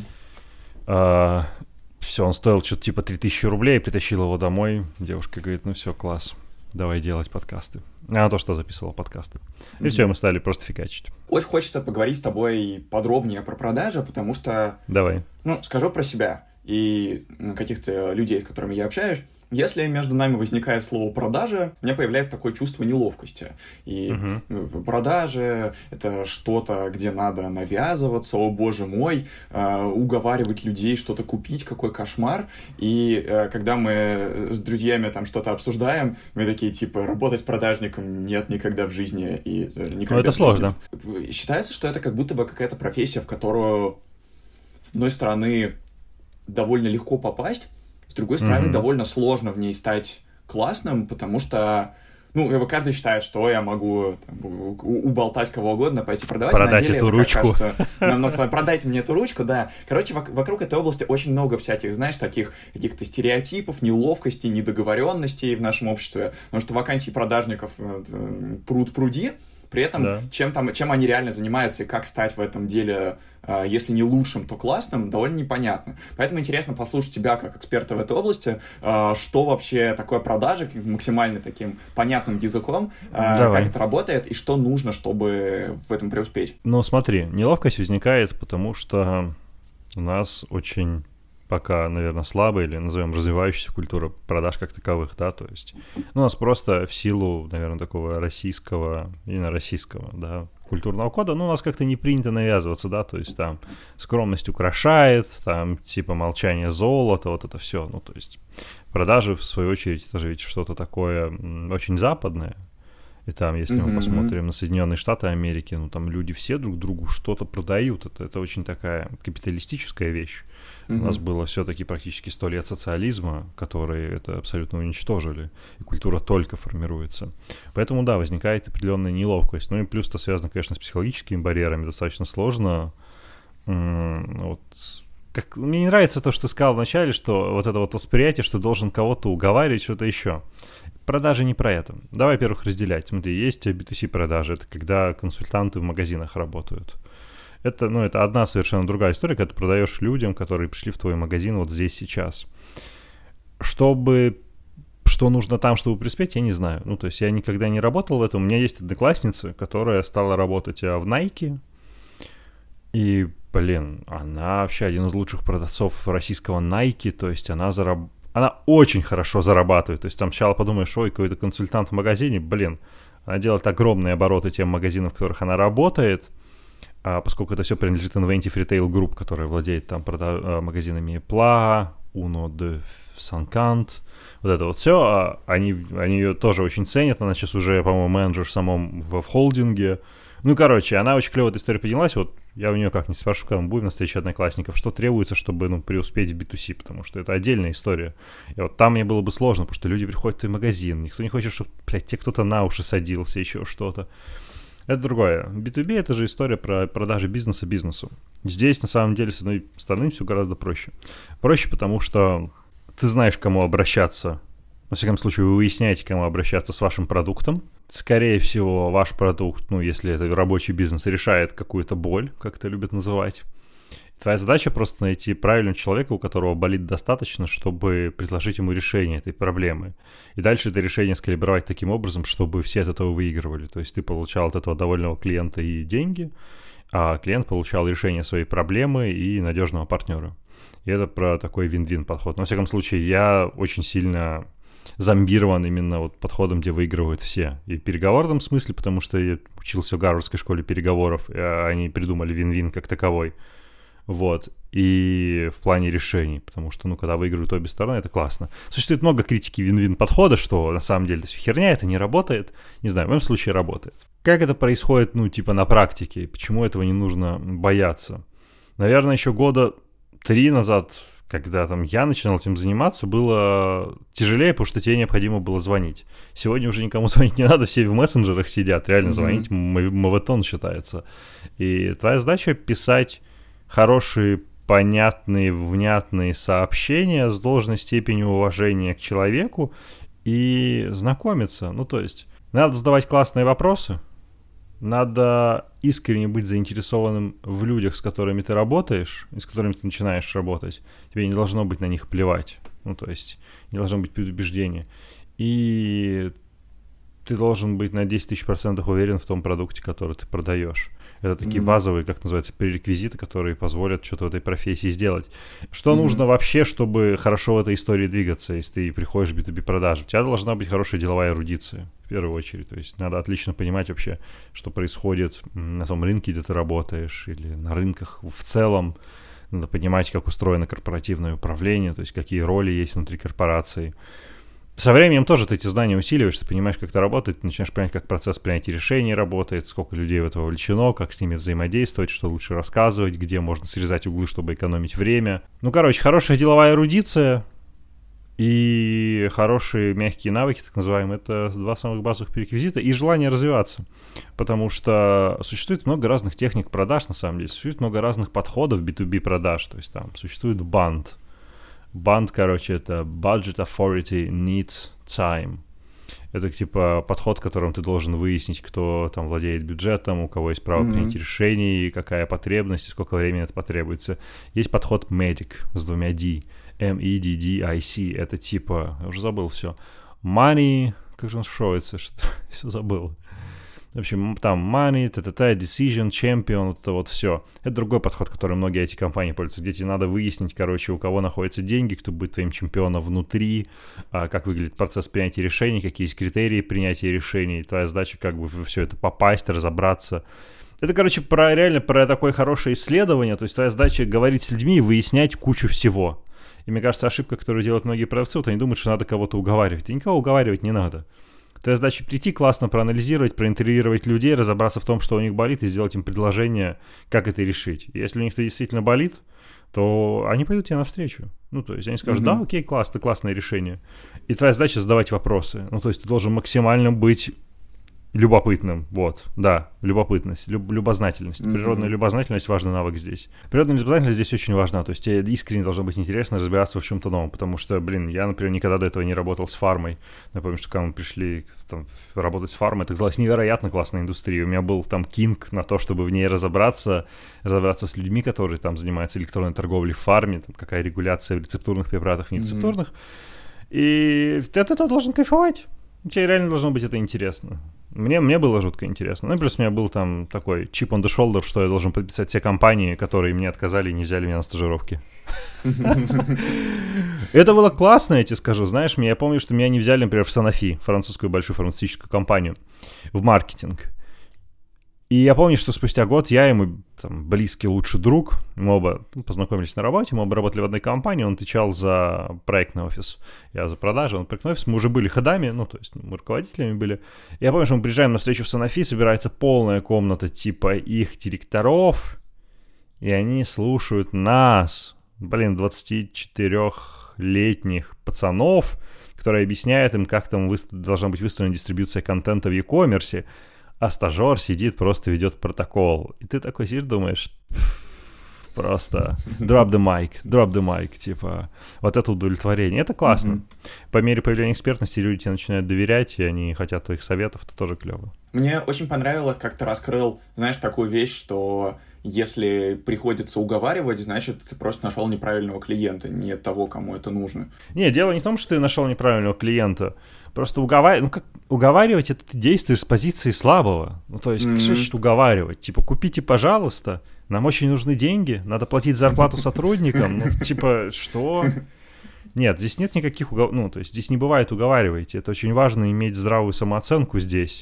S1: А, все, он стоил что-то типа три тысячи рублей, притащил его домой. Девушка говорит, ну все, класс, давай делать подкасты. Она то, что записывала подкасты. И mm-hmm. все, мы стали просто фигачить.
S2: Очень хочется поговорить с тобой подробнее про продажи, потому что...
S1: Давай.
S2: Ну, скажу про себя и каких-то людей, с которыми я общаюсь. Если между нами возникает слово «продажа», у меня появляется такое чувство неловкости. И uh-huh. продажи — это что-то, где надо навязываться, о боже мой, э, уговаривать людей что-то купить, какой кошмар. И э, когда мы с друзьями там что-то обсуждаем, мы такие, типа, работать продажником нет никогда в жизни. И никогда
S1: Но это сложно.
S2: Считается, что это как будто бы какая-то профессия, в которую, с одной стороны, довольно легко попасть, с другой стороны, mm-hmm. довольно сложно в ней стать классным, потому что, ну, как бы каждый считает, что я могу там, уболтать кого угодно, пойти продавать.
S1: Продать
S2: на деле
S1: эту
S2: это,
S1: ручку.
S2: Кажется, намного, продайте мне эту ручку, да. Короче, вокруг этой области очень много всяких, знаешь, таких каких-то стереотипов, неловкостей, недоговоренностей в нашем обществе, потому что вакансий продажников пруд-пруди. При этом, да. чем, там, чем они реально занимаются и как стать в этом деле, э, если не лучшим, то классным, довольно непонятно. Поэтому интересно послушать тебя как эксперта в этой области, э, что вообще такое продажи максимально таким понятным языком, э, как это работает и что нужно, чтобы в этом преуспеть.
S1: Ну смотри, неловкость возникает, потому что У нас очень пока, наверное, слабая или, назовем, развивающаяся культура продаж как таковых, да, то есть ну, у нас просто в силу, наверное, такого российского, именно российского, да, культурного кода, ну, у нас как-то не принято навязываться, да, то есть там скромность украшает, там типа молчание золото, вот это все, ну, то есть продажи, в свою очередь, это же ведь что-то такое очень западное. И там, если mm-hmm. мы посмотрим на Соединенные Штаты Америки, ну, там люди все друг другу что-то продают. Это, это очень такая капиталистическая вещь. Mm-hmm. У нас было все-таки практически сто лет социализма, которые это абсолютно уничтожили. И культура только формируется. Поэтому, да, возникает определенная неловкость. Ну и плюс это связано, конечно, с психологическими барьерами. Достаточно сложно. М- вот... Как... Мне не нравится то, что ты сказал вначале, что вот это вот восприятие, что должен кого-то уговаривать, что-то еще. Продажи не про это. Давай, во-первых, разделять. Смотри, есть би ту си продажи, это когда консультанты в магазинах работают. Это, ну, это одна совершенно другая история, когда ты продаешь людям, которые пришли в твой магазин вот здесь сейчас. Чтобы, что нужно там, чтобы преуспеть, я не знаю. Ну, то есть я никогда не работал в этом. У меня есть одноклассница, которая стала работать в Nike. И, блин, она вообще один из лучших продавцов российского Nike. То есть она зарабатывает. Она очень хорошо зарабатывает. То есть там сначала подумаешь, ой, какой-то консультант в магазине, блин, она делает огромные обороты тем магазинам, в которых она работает, а поскольку это все принадлежит Inventive Retail Group, которая владеет там прода- магазинами Pla, Uno de Sankant, вот это вот все, а они, они ее тоже очень ценят, она сейчас уже, по-моему, менеджер в самом в, в холдинге. Ну, короче, она очень клево этой историей поделилась. Вот я у нее как-нибудь спрошу, когда мы будем на встрече одноклассников, что требуется, чтобы, ну, преуспеть в би ту си, потому что это отдельная история. И вот там мне было бы сложно, потому что люди приходят в твой магазин, никто не хочет, чтобы, блядь, тебе кто-то на уши садился, еще что-то. Это другое. би ту би — это же история про продажи бизнеса бизнесу. Здесь, на самом деле, с одной стороны, все гораздо проще. Проще, потому что ты знаешь, к кому обращаться. Во всяком случае, вы выясняете, к кому обращаться с вашим продуктом. Скорее всего, ваш продукт, ну, если это рабочий бизнес, решает какую-то боль, как это любят называть. Твоя задача просто найти правильного человека, у которого болит достаточно, чтобы предложить ему решение этой проблемы. И дальше это решение скалибровать таким образом, чтобы все от этого выигрывали. То есть ты получал от этого довольного клиента и деньги, а клиент получал решение своей проблемы и надежного партнера. И это про такой вин-вин подход. Но, во всяком случае, я очень сильно зомбирован именно вот подходом, где выигрывают все. И в переговорном смысле, потому что я учился в Гарвардской школе переговоров, и они придумали вин-вин как таковой. Вот. И в плане решений, потому что, ну, когда выигрывают обе стороны, это классно. Существует много критики вин-вин подхода, что на самом деле это все херня, это не работает. Не знаю, в моем случае работает. Как это происходит, ну, типа на практике? Почему этого не нужно бояться? Наверное, еще года три назад, когда там я начинал этим заниматься, было тяжелее, потому что тебе необходимо было звонить. Сегодня уже никому звонить не надо, все в мессенджерах сидят, реально mm-hmm. звонить мовитон считается. И твоя задача писать хорошие, понятные, внятные сообщения с должной степенью уважения к человеку и знакомиться. Ну, то есть, надо задавать классные вопросы, надо искренне быть заинтересованным в людях, с которыми ты работаешь, и с которыми ты начинаешь работать. Тебе не должно быть на них плевать. Ну, то есть, не должно быть предубеждения. И ты должен быть на десять тысяч процентов уверен в том продукте, который ты продаешь. Это такие mm-hmm. базовые, как называется, пререквизиты, которые позволят что-то в этой профессии сделать. Что mm-hmm. нужно вообще, чтобы хорошо в этой истории двигаться, если ты приходишь в би ту би продажи? У тебя должна быть хорошая деловая эрудиция, в первую очередь. То есть надо отлично понимать вообще, что происходит на том рынке, где ты работаешь, или на рынках в целом. Надо понимать, как устроено корпоративное управление, то есть какие роли есть внутри корпорации. Со временем тоже ты эти знания усиливаешь, ты понимаешь, как это работает, ты начинаешь понимать, как процесс принятия решений работает, сколько людей в это вовлечено, как с ними взаимодействовать, что лучше рассказывать, где можно срезать углы, чтобы экономить время. Ну, короче, хорошая деловая эрудиция и хорошие мягкие навыки, так называемые, это два самых базовых пререквизита, и желание развиваться, потому что существует много разных техник продаж, на самом деле, существует много разных подходов би ту би продаж, то есть там существует банд. Банд, короче, это Budget Authority Needs Time. Это типа подход, в котором ты должен выяснить, кто там владеет бюджетом, у кого есть право mm-hmm. принять решений, какая потребность и сколько времени это потребуется. Есть подход Medic с двумя D. эм и ди ди ай си. Это типа, я уже забыл все. Money, как же он шифруется, что-то все забыл. В общем, там money, т-т-т, decision, champion, вот это вот все. Это другой подход, который многие эти компании пользуются, где тебе надо выяснить, короче, у кого находятся деньги, кто будет твоим чемпионом внутри, как выглядит процесс принятия решений, какие есть критерии принятия решений, твоя задача как бы во все это попасть, разобраться. Это, короче, про реально про такое хорошее исследование, то есть твоя задача говорить с людьми и выяснять кучу всего. И мне кажется, ошибка, которую делают многие продавцы, вот они думают, что надо кого-то уговаривать. И никого уговаривать не надо. Твоя задача прийти, классно проанализировать, проинтервьюировать людей, разобраться в том, что у них болит, и сделать им предложение, как это решить. И если у них это действительно болит, то они пойдут тебе навстречу. Ну, то есть они скажут, mm-hmm. да, окей, класс, это классное решение. И твоя задача задавать вопросы. Ну, то есть ты должен максимально быть любопытным, вот, да, любопытность, люб, любознательность. Mm-hmm. Природная любознательность — важный навык здесь. Природная любознательность здесь очень важна, то есть тебе искренне должно быть интересно разбираться в чем-то новом, потому что, блин, я, например, никогда до этого не работал с фармой. Напомню, что когда мы пришли там, работать с фармой, это казалось невероятно классной индустрией. У меня был там кинг на то, чтобы в ней разобраться, разобраться с людьми, которые там занимаются электронной торговлей в фарме, там, какая регуляция в рецептурных препаратах, нерецептурных. Mm-hmm. И ты от этого должен кайфовать. Тебе реально должно быть это интересно. Мне, мне было жутко интересно. Ну и плюс у меня был там такой chip on the shoulder, что я должен подписать все компании, которые мне отказали и не взяли меня на стажировки. Это было классно, я тебе скажу. Знаешь, я помню, что меня не взяли, например, в Sanofi, французскую большую фармацевтическую компанию, в маркетинг. И я помню, что спустя год я ему там, близкий лучший друг, мы оба ну, познакомились на работе, мы оба работали в одной компании, он отвечал за проектный офис, я за продажи, он проектный офис, мы уже были ходами, ну, то есть мы руководителями были. Я помню, что мы приезжаем на встречу в Sanofi, собирается полная комната типа их директоров, и они слушают нас, блин, двадцатичетырёхлетних пацанов, которые объясняют им, как там вы... должна быть выстроена дистрибьюция контента в e-commerce, а стажер сидит, просто ведет протокол. И ты такой сидишь, думаешь, просто drop the mic, drop the mic, типа, вот это удовлетворение. Это классно. Mm-hmm. По мере появления экспертности люди тебе начинают доверять, и они хотят твоих советов, это тоже клево.
S2: Мне очень понравилось, как ты раскрыл, знаешь, такую вещь, что если приходится уговаривать, значит, ты просто нашел неправильного клиента, не того, кому это нужно.
S1: Не, дело не в том, что ты нашел неправильного клиента. Просто уговаривать, ну как уговаривать, это ты действуешь с позиции слабого. Ну то есть, mm-hmm. что значит уговаривать? Типа, купите, пожалуйста, нам очень нужны деньги, надо платить зарплату сотрудникам. Ну типа, что? Нет, здесь нет никаких угов... ну то есть здесь не бывает уговаривайте. Это очень важно иметь здравую самооценку здесь.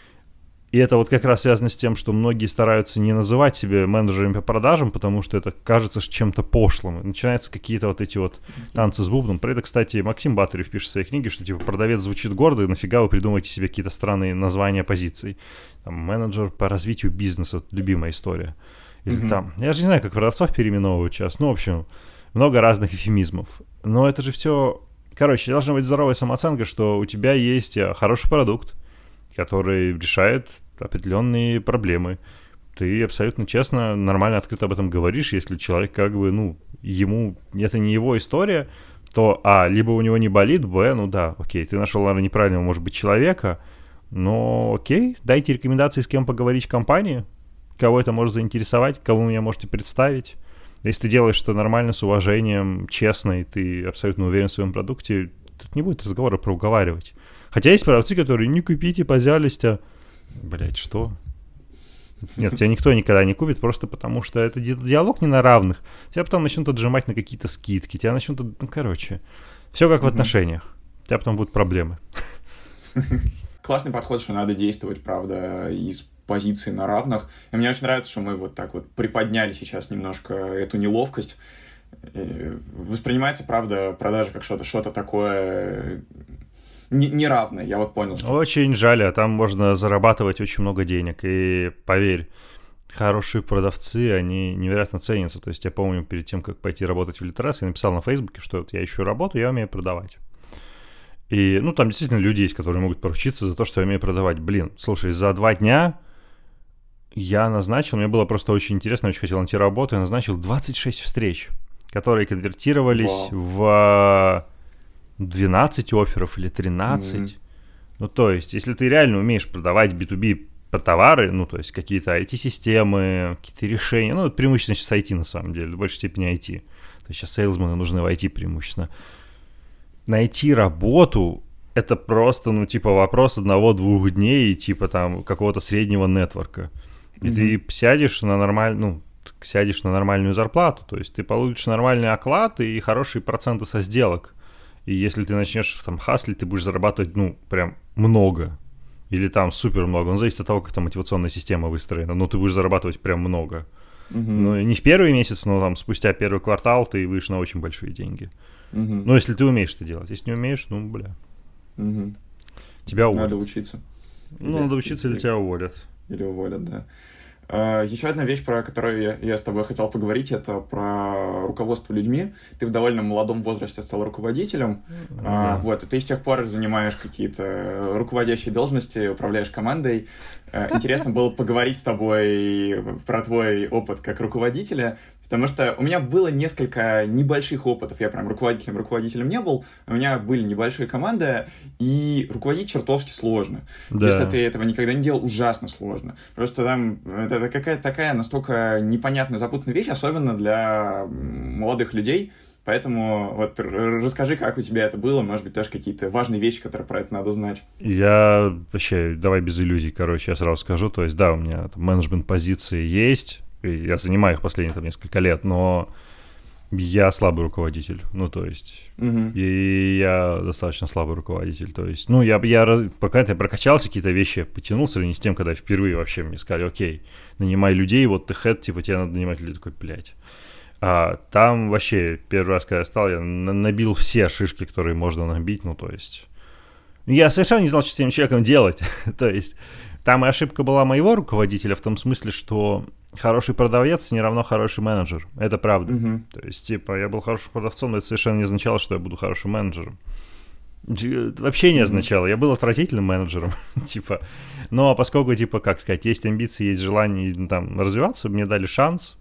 S1: И это вот как раз связано с тем, что многие стараются не называть себя менеджерами по продажам, потому что это кажется чем-то пошлым. Начинаются какие-то вот эти вот танцы с бубном. Про это, кстати, Максим Батырев пишет в своей книге, что типа продавец звучит гордо, и нафига вы придумаете себе какие-то странные названия позиций. Там, менеджер по развитию бизнеса, вот, любимая история. Или mm-hmm. там, я же не знаю, как продавцов переименовывают сейчас. Ну, в общем, много разных эвфемизмов. Но это же все... Короче, должна быть здоровая самооценка, что у тебя есть хороший продукт, который решает определенные проблемы. Ты абсолютно честно, нормально, открыто об этом говоришь. Если человек как бы, ну, ему, это не его история, то, а, либо у него не болит, б, ну да, окей, ты нашел, наверное, неправильного, может быть, человека, но окей, дайте рекомендации, с кем поговорить в компании, кого это может заинтересовать, кого вы меня можете представить. Если ты делаешь что нормально, с уважением, честно, и ты абсолютно уверен в своем продукте, тут не будет разговора про уговаривать. Хотя есть продавцы, которые не купите, позялись-то. Блять, что? Нет, тебя никто никогда не купит, просто потому что это диалог не на равных. Тебя потом начнут отжимать на какие-то скидки, тебя начнут... Ну, короче, все как в отношениях. У тебя потом будут проблемы.
S2: Классный подход, что надо действовать, правда, из позиции на равных. И мне очень нравится, что мы вот так вот приподняли сейчас немножко эту неловкость. И воспринимается, правда, продажа как что-то, что-то такое... неравное, я вот понял, что...
S1: Очень жаль, а там можно зарабатывать очень много денег, и поверь, хорошие продавцы, они невероятно ценятся. То есть я помню, перед тем, как пойти работать в Литрес, я написал на Фейсбуке, что вот я ищу работу, я умею продавать. И, ну, там действительно люди есть, которые могут поручиться за то, что я умею продавать. Блин, слушай, за два дня я назначил, мне было просто очень интересно, я очень хотел найти работу, я назначил двадцать шесть встреч, которые конвертировались Вау. в... двенадцать офферов или тринадцать. Mm-hmm. Ну, то есть, если ты реально умеешь продавать би ту би по товары, ну, то есть, какие-то ай ти-системы, какие-то решения, ну, это преимущественно сейчас ай ти, на самом деле, в большей степени ай ти. То есть, сейчас сейлзмены нужны в ай ти преимущественно. Найти работу — это просто, ну, типа, вопрос одного-двух дней, типа, там, какого-то среднего нетворка. И mm-hmm. ты сядешь на нормальную, ну, сядешь на нормальную зарплату, то есть ты получишь нормальный оклад и хорошие проценты со сделок. И если ты начнешь там хаслить, ты будешь зарабатывать, ну, прям много. Или там супер много. Ну, зависит от того, как там мотивационная система выстроена. Но ты будешь зарабатывать прям много. Uh-huh. Ну, не в первый месяц, но там спустя первый квартал ты выйдешь на очень большие деньги. Uh-huh. Ну, если ты умеешь это делать. Если не умеешь, ну, бля.
S2: Uh-huh.
S1: Тебя уволят.
S2: Надо учиться.
S1: Ну, или, надо учиться, или, или тебя уволят.
S2: Или уволят, да. Еще одна вещь, про которую я, я с тобой хотел поговорить, это про руководство людьми. Ты в довольно молодом возрасте стал руководителем, mm-hmm. а, вот, и ты с тех пор занимаешь какие-то руководящие должности, управляешь командой. Интересно было поговорить с тобой про твой опыт как руководителя, потому что у меня было несколько небольших опытов. Я прям руководителем-руководителем не был, у меня были небольшие команды, и руководить чертовски сложно. Да. Если ты этого никогда не делал, ужасно сложно. Просто там это какая-то такая настолько непонятная, запутанная вещь, особенно для молодых людей. Поэтому вот расскажи, как у тебя это было, может быть, тоже какие-то важные вещи, которые про это надо знать.
S1: Я вообще, давай без иллюзий, короче, я сразу скажу. То есть, да, у меня там менеджмент-позиции есть, и я занимаю их последние там несколько лет, но я слабый руководитель, ну, то есть, uh-huh. и я достаточно слабый руководитель, то есть, ну, я, я пока я прокачался, какие-то вещи потянулся, или не с тем, когда впервые вообще мне сказали, окей, нанимай людей, вот ты head, типа, тебе надо нанимать людей, такой, блядь. А там вообще первый раз, когда я стал, я набил все шишки, которые можно набить, ну, то есть... Я совершенно не знал, что с этим человеком делать, то есть... Там и ошибка была моего руководителя в том смысле, что хороший продавец не равно хороший менеджер, это правда. Uh-huh. То есть, типа, я был хорошим продавцом, но это совершенно не означало, что я буду хорошим менеджером. Вообще не означало, я был отвратительным менеджером, типа... Но поскольку, типа, как сказать, есть амбиции, есть желание там развиваться, мне дали шанс,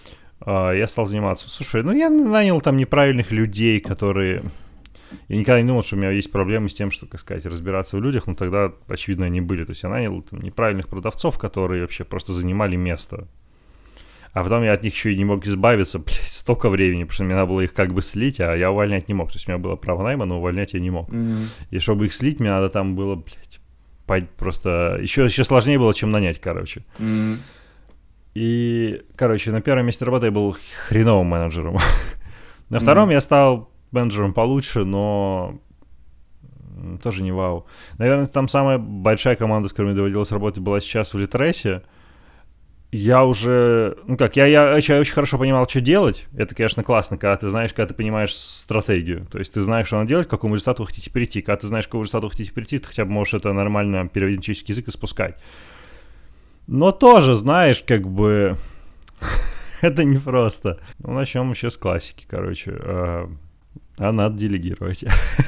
S1: я стал заниматься. Слушай, ну я нанял там неправильных людей, которые... Я никогда не думал, что у меня есть проблемы с тем, что, как сказать, разбираться в людях, но тогда, очевидно, они были. То есть я нанял там неправильных продавцов, которые вообще просто занимали место. А потом я от них еще и не мог избавиться, блядь, столько времени, потому что мне надо было их как бы слить, а я увольнять не мог. То есть у меня было право найма, но увольнять я не мог. Mm-hmm. И чтобы их слить, мне надо там было, блядь, просто... Еще, еще сложнее было, чем нанять, короче. Mm-hmm. И, короче, на первом месте работы я был хреновым менеджером. На втором mm-hmm. я стал менеджером получше, но тоже не вау. Наверное, там самая большая команда, с которой мне доводилось работать, была сейчас в Литресе. Я уже... Ну как, я, я, я очень хорошо понимал, что делать. Это, конечно, классно, когда ты знаешь, когда ты понимаешь стратегию. То есть ты знаешь, что надо делать, к какому результату вы хотите прийти. Когда ты знаешь, к какому результату вы хотите прийти, ты хотя бы можешь это нормально переводить на человеческий язык и спускать. Но тоже, знаешь, как бы... это непросто. Ну, начнем еще с классики, короче. А надо делегировать.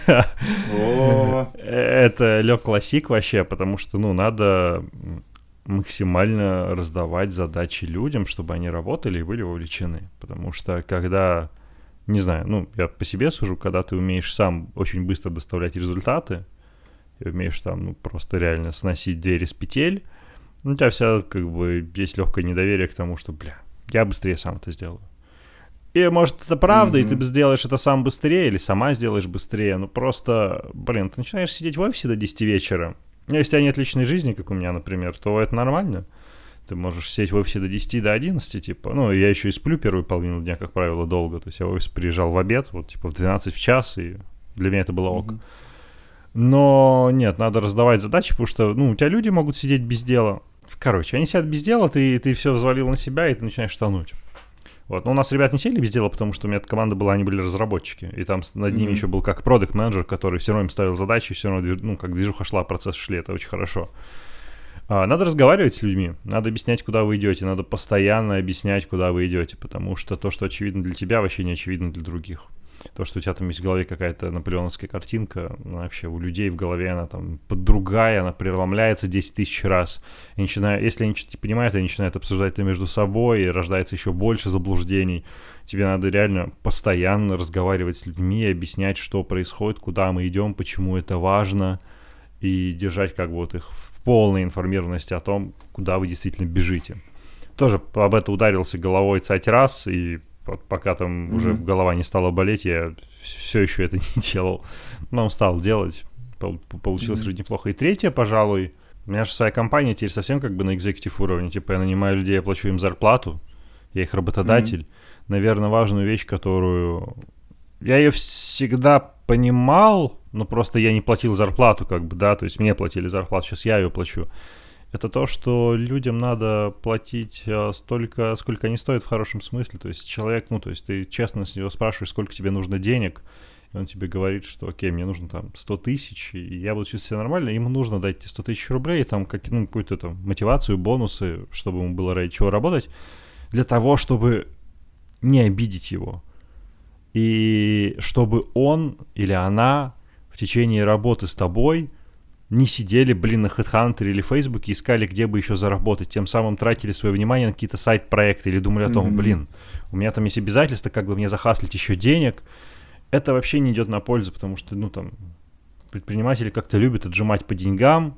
S1: Это лег классик вообще, потому что, ну, надо максимально раздавать задачи людям, чтобы они работали и были вовлечены. Потому что когда, не знаю, ну, я по себе сужу, когда ты умеешь сам очень быстро доставлять результаты, и умеешь там, ну, просто реально сносить двери с петель, у тебя вся, как бы, есть легкое недоверие к тому, что, бля, я быстрее сам это сделаю. И, может, это правда, mm-hmm. и ты сделаешь это сам быстрее, или сама сделаешь быстрее, но просто, блин, ты начинаешь сидеть в офисе до десяти вечера. Ну, если у тебя нет личной жизни, как у меня, например, то это нормально. Ты можешь сидеть в офисе до десяти, до одиннадцати, типа. Ну, я еще и сплю первую половину дня, как правило, долго. То есть я в офис приезжал в обед, вот, типа, в двенадцать в час, и для меня это было ок. Mm-hmm. Но нет, надо раздавать задачи, потому что, ну, у тебя люди могут сидеть без дела. Короче, они сидят без дела, ты, ты все взвалил на себя, и ты начинаешь тонуть. Вот. Но у нас ребят не сели без дела, потому что у меня эта команда была, они были разработчики. И там над ними mm-hmm. еще был как продакт-менеджер, который все равно им ставил задачи, все равно, ну, как движуха шла, процессы шли, это очень хорошо. А, надо разговаривать с людьми, надо объяснять, куда вы идете, надо постоянно объяснять, куда вы идете, потому что то, что очевидно для тебя, вообще не очевидно для других. То, что у тебя там есть в голове какая-то наполеоновская картинка, вообще у людей в голове она там другая, она преломляется десять тысяч раз. И начинают, если они что-то не понимают, они начинают обсуждать это между собой, и рождается еще больше заблуждений. Тебе надо реально постоянно разговаривать с людьми, объяснять, что происходит, куда мы идем, почему это важно, и держать как бы вот их в полной информированности о том, куда вы действительно бежите. Тоже об это ударился головой цать раз, и вот пока там mm-hmm. уже голова не стала болеть, я все еще это не делал. Но стал делать. получилось
S2: mm-hmm.
S1: вроде неплохо. И третье, пожалуй, у меня же своя компания теперь совсем как бы на экзекутив уровне. Типа я нанимаю людей, я плачу им зарплату, я их работодатель. Mm-hmm. Наверное, важную вещь, которую... Я ее всегда понимал, но просто я не платил зарплату, как бы, да, то есть мне платили зарплату, сейчас я ее плачу. Это то, что людям надо платить столько, сколько они стоят в хорошем смысле. То есть человек, ну, то есть ты честно с него спрашиваешь, сколько тебе нужно денег, и он тебе говорит, что окей, мне нужно там сто тысяч, и я буду чувствовать себя нормально, ему нужно дать тебе сто тысяч рублей, там, как, ну, какую-то там мотивацию, бонусы, чтобы ему было ради чего работать, для того, чтобы не обидеть его. И чтобы он или она в течение работы с тобой не сидели, блин, на HeadHunter или Фейсбуке, искали, где бы еще заработать, тем самым тратили свое внимание на какие-то сайт-проекты или думали о том, mm-hmm. блин, у меня там есть обязательства, как бы мне захаслить еще денег. Это вообще не идет на пользу, потому что, ну, там, предприниматели как-то любят отжимать по деньгам,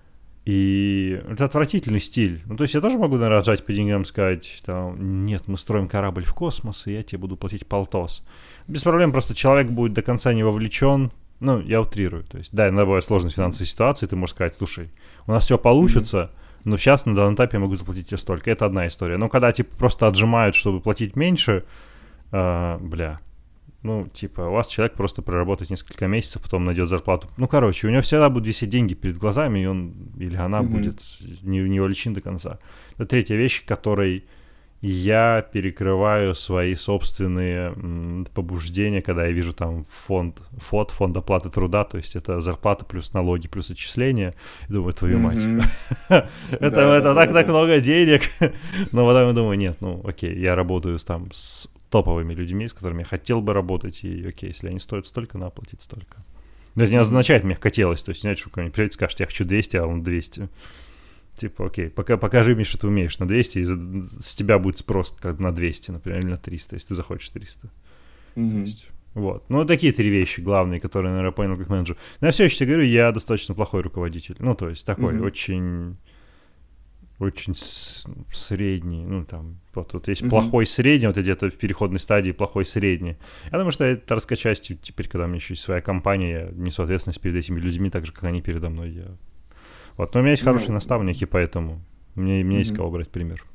S1: и это отвратительный стиль. Ну, то есть я тоже могу, наверное, отжать по деньгам, сказать, там, нет, мы строим корабль в космос, и я тебе буду платить полтос. Без проблем, просто человек будет до конца не вовлечен. Ну, я утрирую. То есть, да, иногда бывает сложная финансовая ситуация, ты можешь сказать, слушай, у нас все получится, mm-hmm. но сейчас на данном этапе я могу заплатить тебе столько. Это одна история. Но когда, типа, просто отжимают, чтобы платить меньше, э, бля, ну, типа, у вас человек просто проработает несколько месяцев, потом найдет зарплату. Ну, короче, у него всегда будут висеть деньги перед глазами, и он или она mm-hmm. будет не, не увлечен до конца. Это третья вещь, которой я перекрываю свои собственные м, побуждения, когда я вижу там фонд, фонд, фонд оплаты труда, то есть это зарплата плюс налоги плюс отчисления. И думаю, твою мать, это так много денег. Но потом я думаю, нет, ну окей, я работаю там с топовыми людьми, с которыми я хотел бы работать, и окей, если они стоят столько, надо платить столько. Но это не означает, мне хотелось, то есть, знаете, что кто-нибудь придет и скажет, я хочу двести, а он двести. Типа, окей, пока, покажи мне, что ты умеешь на двести, и за, с тебя будет спрос как на двести, например, или на триста, если ты захочешь триста. Mm-hmm. Есть, вот. Ну, такие три вещи главные, которые, наверное, понял как менеджер. Но я все еще тебе говорю, я достаточно плохой руководитель. Ну, то есть такой mm-hmm. очень, очень с, средний. Ну, там, вот, вот есть mm-hmm. плохой средний, вот где-то в переходной стадии плохой средний. Я думаю, что я это раскачаюсь теперь, когда у меня еще есть своя компания, я несу ответственность перед этими людьми, так же, как они передо мной. Я... Вот, но у меня есть хорошие ну, наставники, поэтому мне, мне mm-hmm. есть кого брать пример.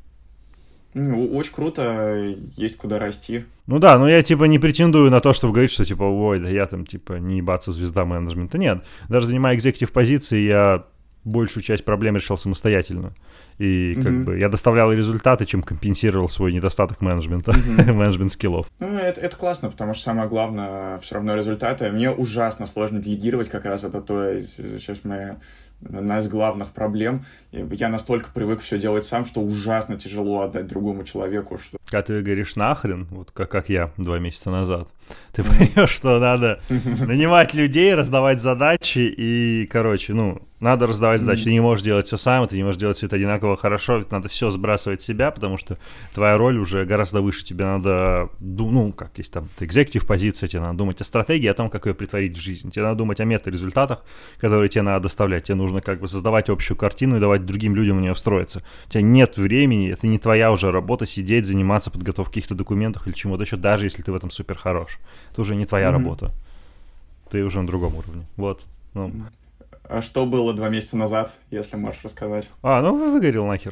S2: Ну, очень круто, есть куда расти.
S1: Ну да, но я типа не претендую на то, чтобы говорить, что типа, ой, да я там типа не ебаться звезда менеджмента. Нет, даже занимая экзекутив позиции, я большую часть проблем решал самостоятельно. И как mm-hmm. бы я доставлял результаты, чем компенсировал свой недостаток менеджмента, mm-hmm. менеджмент-скиллов.
S2: Ну, это, это классно, потому что самое главное все равно результаты. Мне ужасно сложно делегировать, как раз это то, сейчас моя одна из главных проблем. Я настолько привык все делать сам, что ужасно тяжело отдать другому человеку. Что...
S1: Когда ты говоришь нахрен, вот как, как я два месяца назад, ты понимаешь, что надо нанимать людей, раздавать задачи и, короче, ну, надо раздавать задачи. Ты не можешь делать все сам, ты не можешь делать все это одинаково хорошо, ведь надо все сбрасывать с себя, потому что твоя роль уже гораздо выше. Тебе надо, ну, как есть там, экзекутив позиция, тебе надо думать о стратегии, о том, как ее притворить в жизнь. Тебе надо думать о мета-результатах, которые тебе надо доставлять. Тебе нужно как бы создавать общую картину и давать другим людям в нее встроиться. У тебя нет времени, это не твоя уже работа сидеть, заниматься подготовкой каких-то документов или чему-то еще, даже если ты в этом супер хорош. Это уже не твоя mm-hmm. работа. Ты уже на другом уровне. Вот. Ну.
S2: А что было два месяца назад, если можешь рассказать?
S1: А, ну вы выгорел нахер.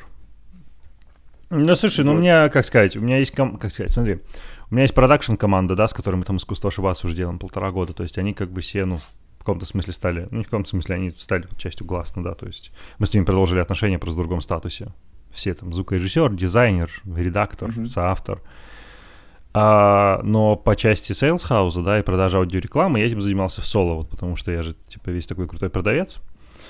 S1: Ну, слушай, вот. ну у меня, как сказать, у меня есть, ком... как сказать, смотри, у меня есть продакшн-команда, да, с которой мы там искусство ошибаться уже делаем полтора года, то есть они как бы все, ну, в каком-то смысле стали, ну, не в каком-то смысле они стали частью Гласна, да, то есть мы с ними продолжили отношения, просто в другом статусе. Все там звукорежиссер, дизайнер, редактор, mm-hmm. соавтор. А, но по части Sales House, да, и продажи аудиорекламы я этим занимался в соло, вот, потому что я же, типа, весь такой крутой продавец.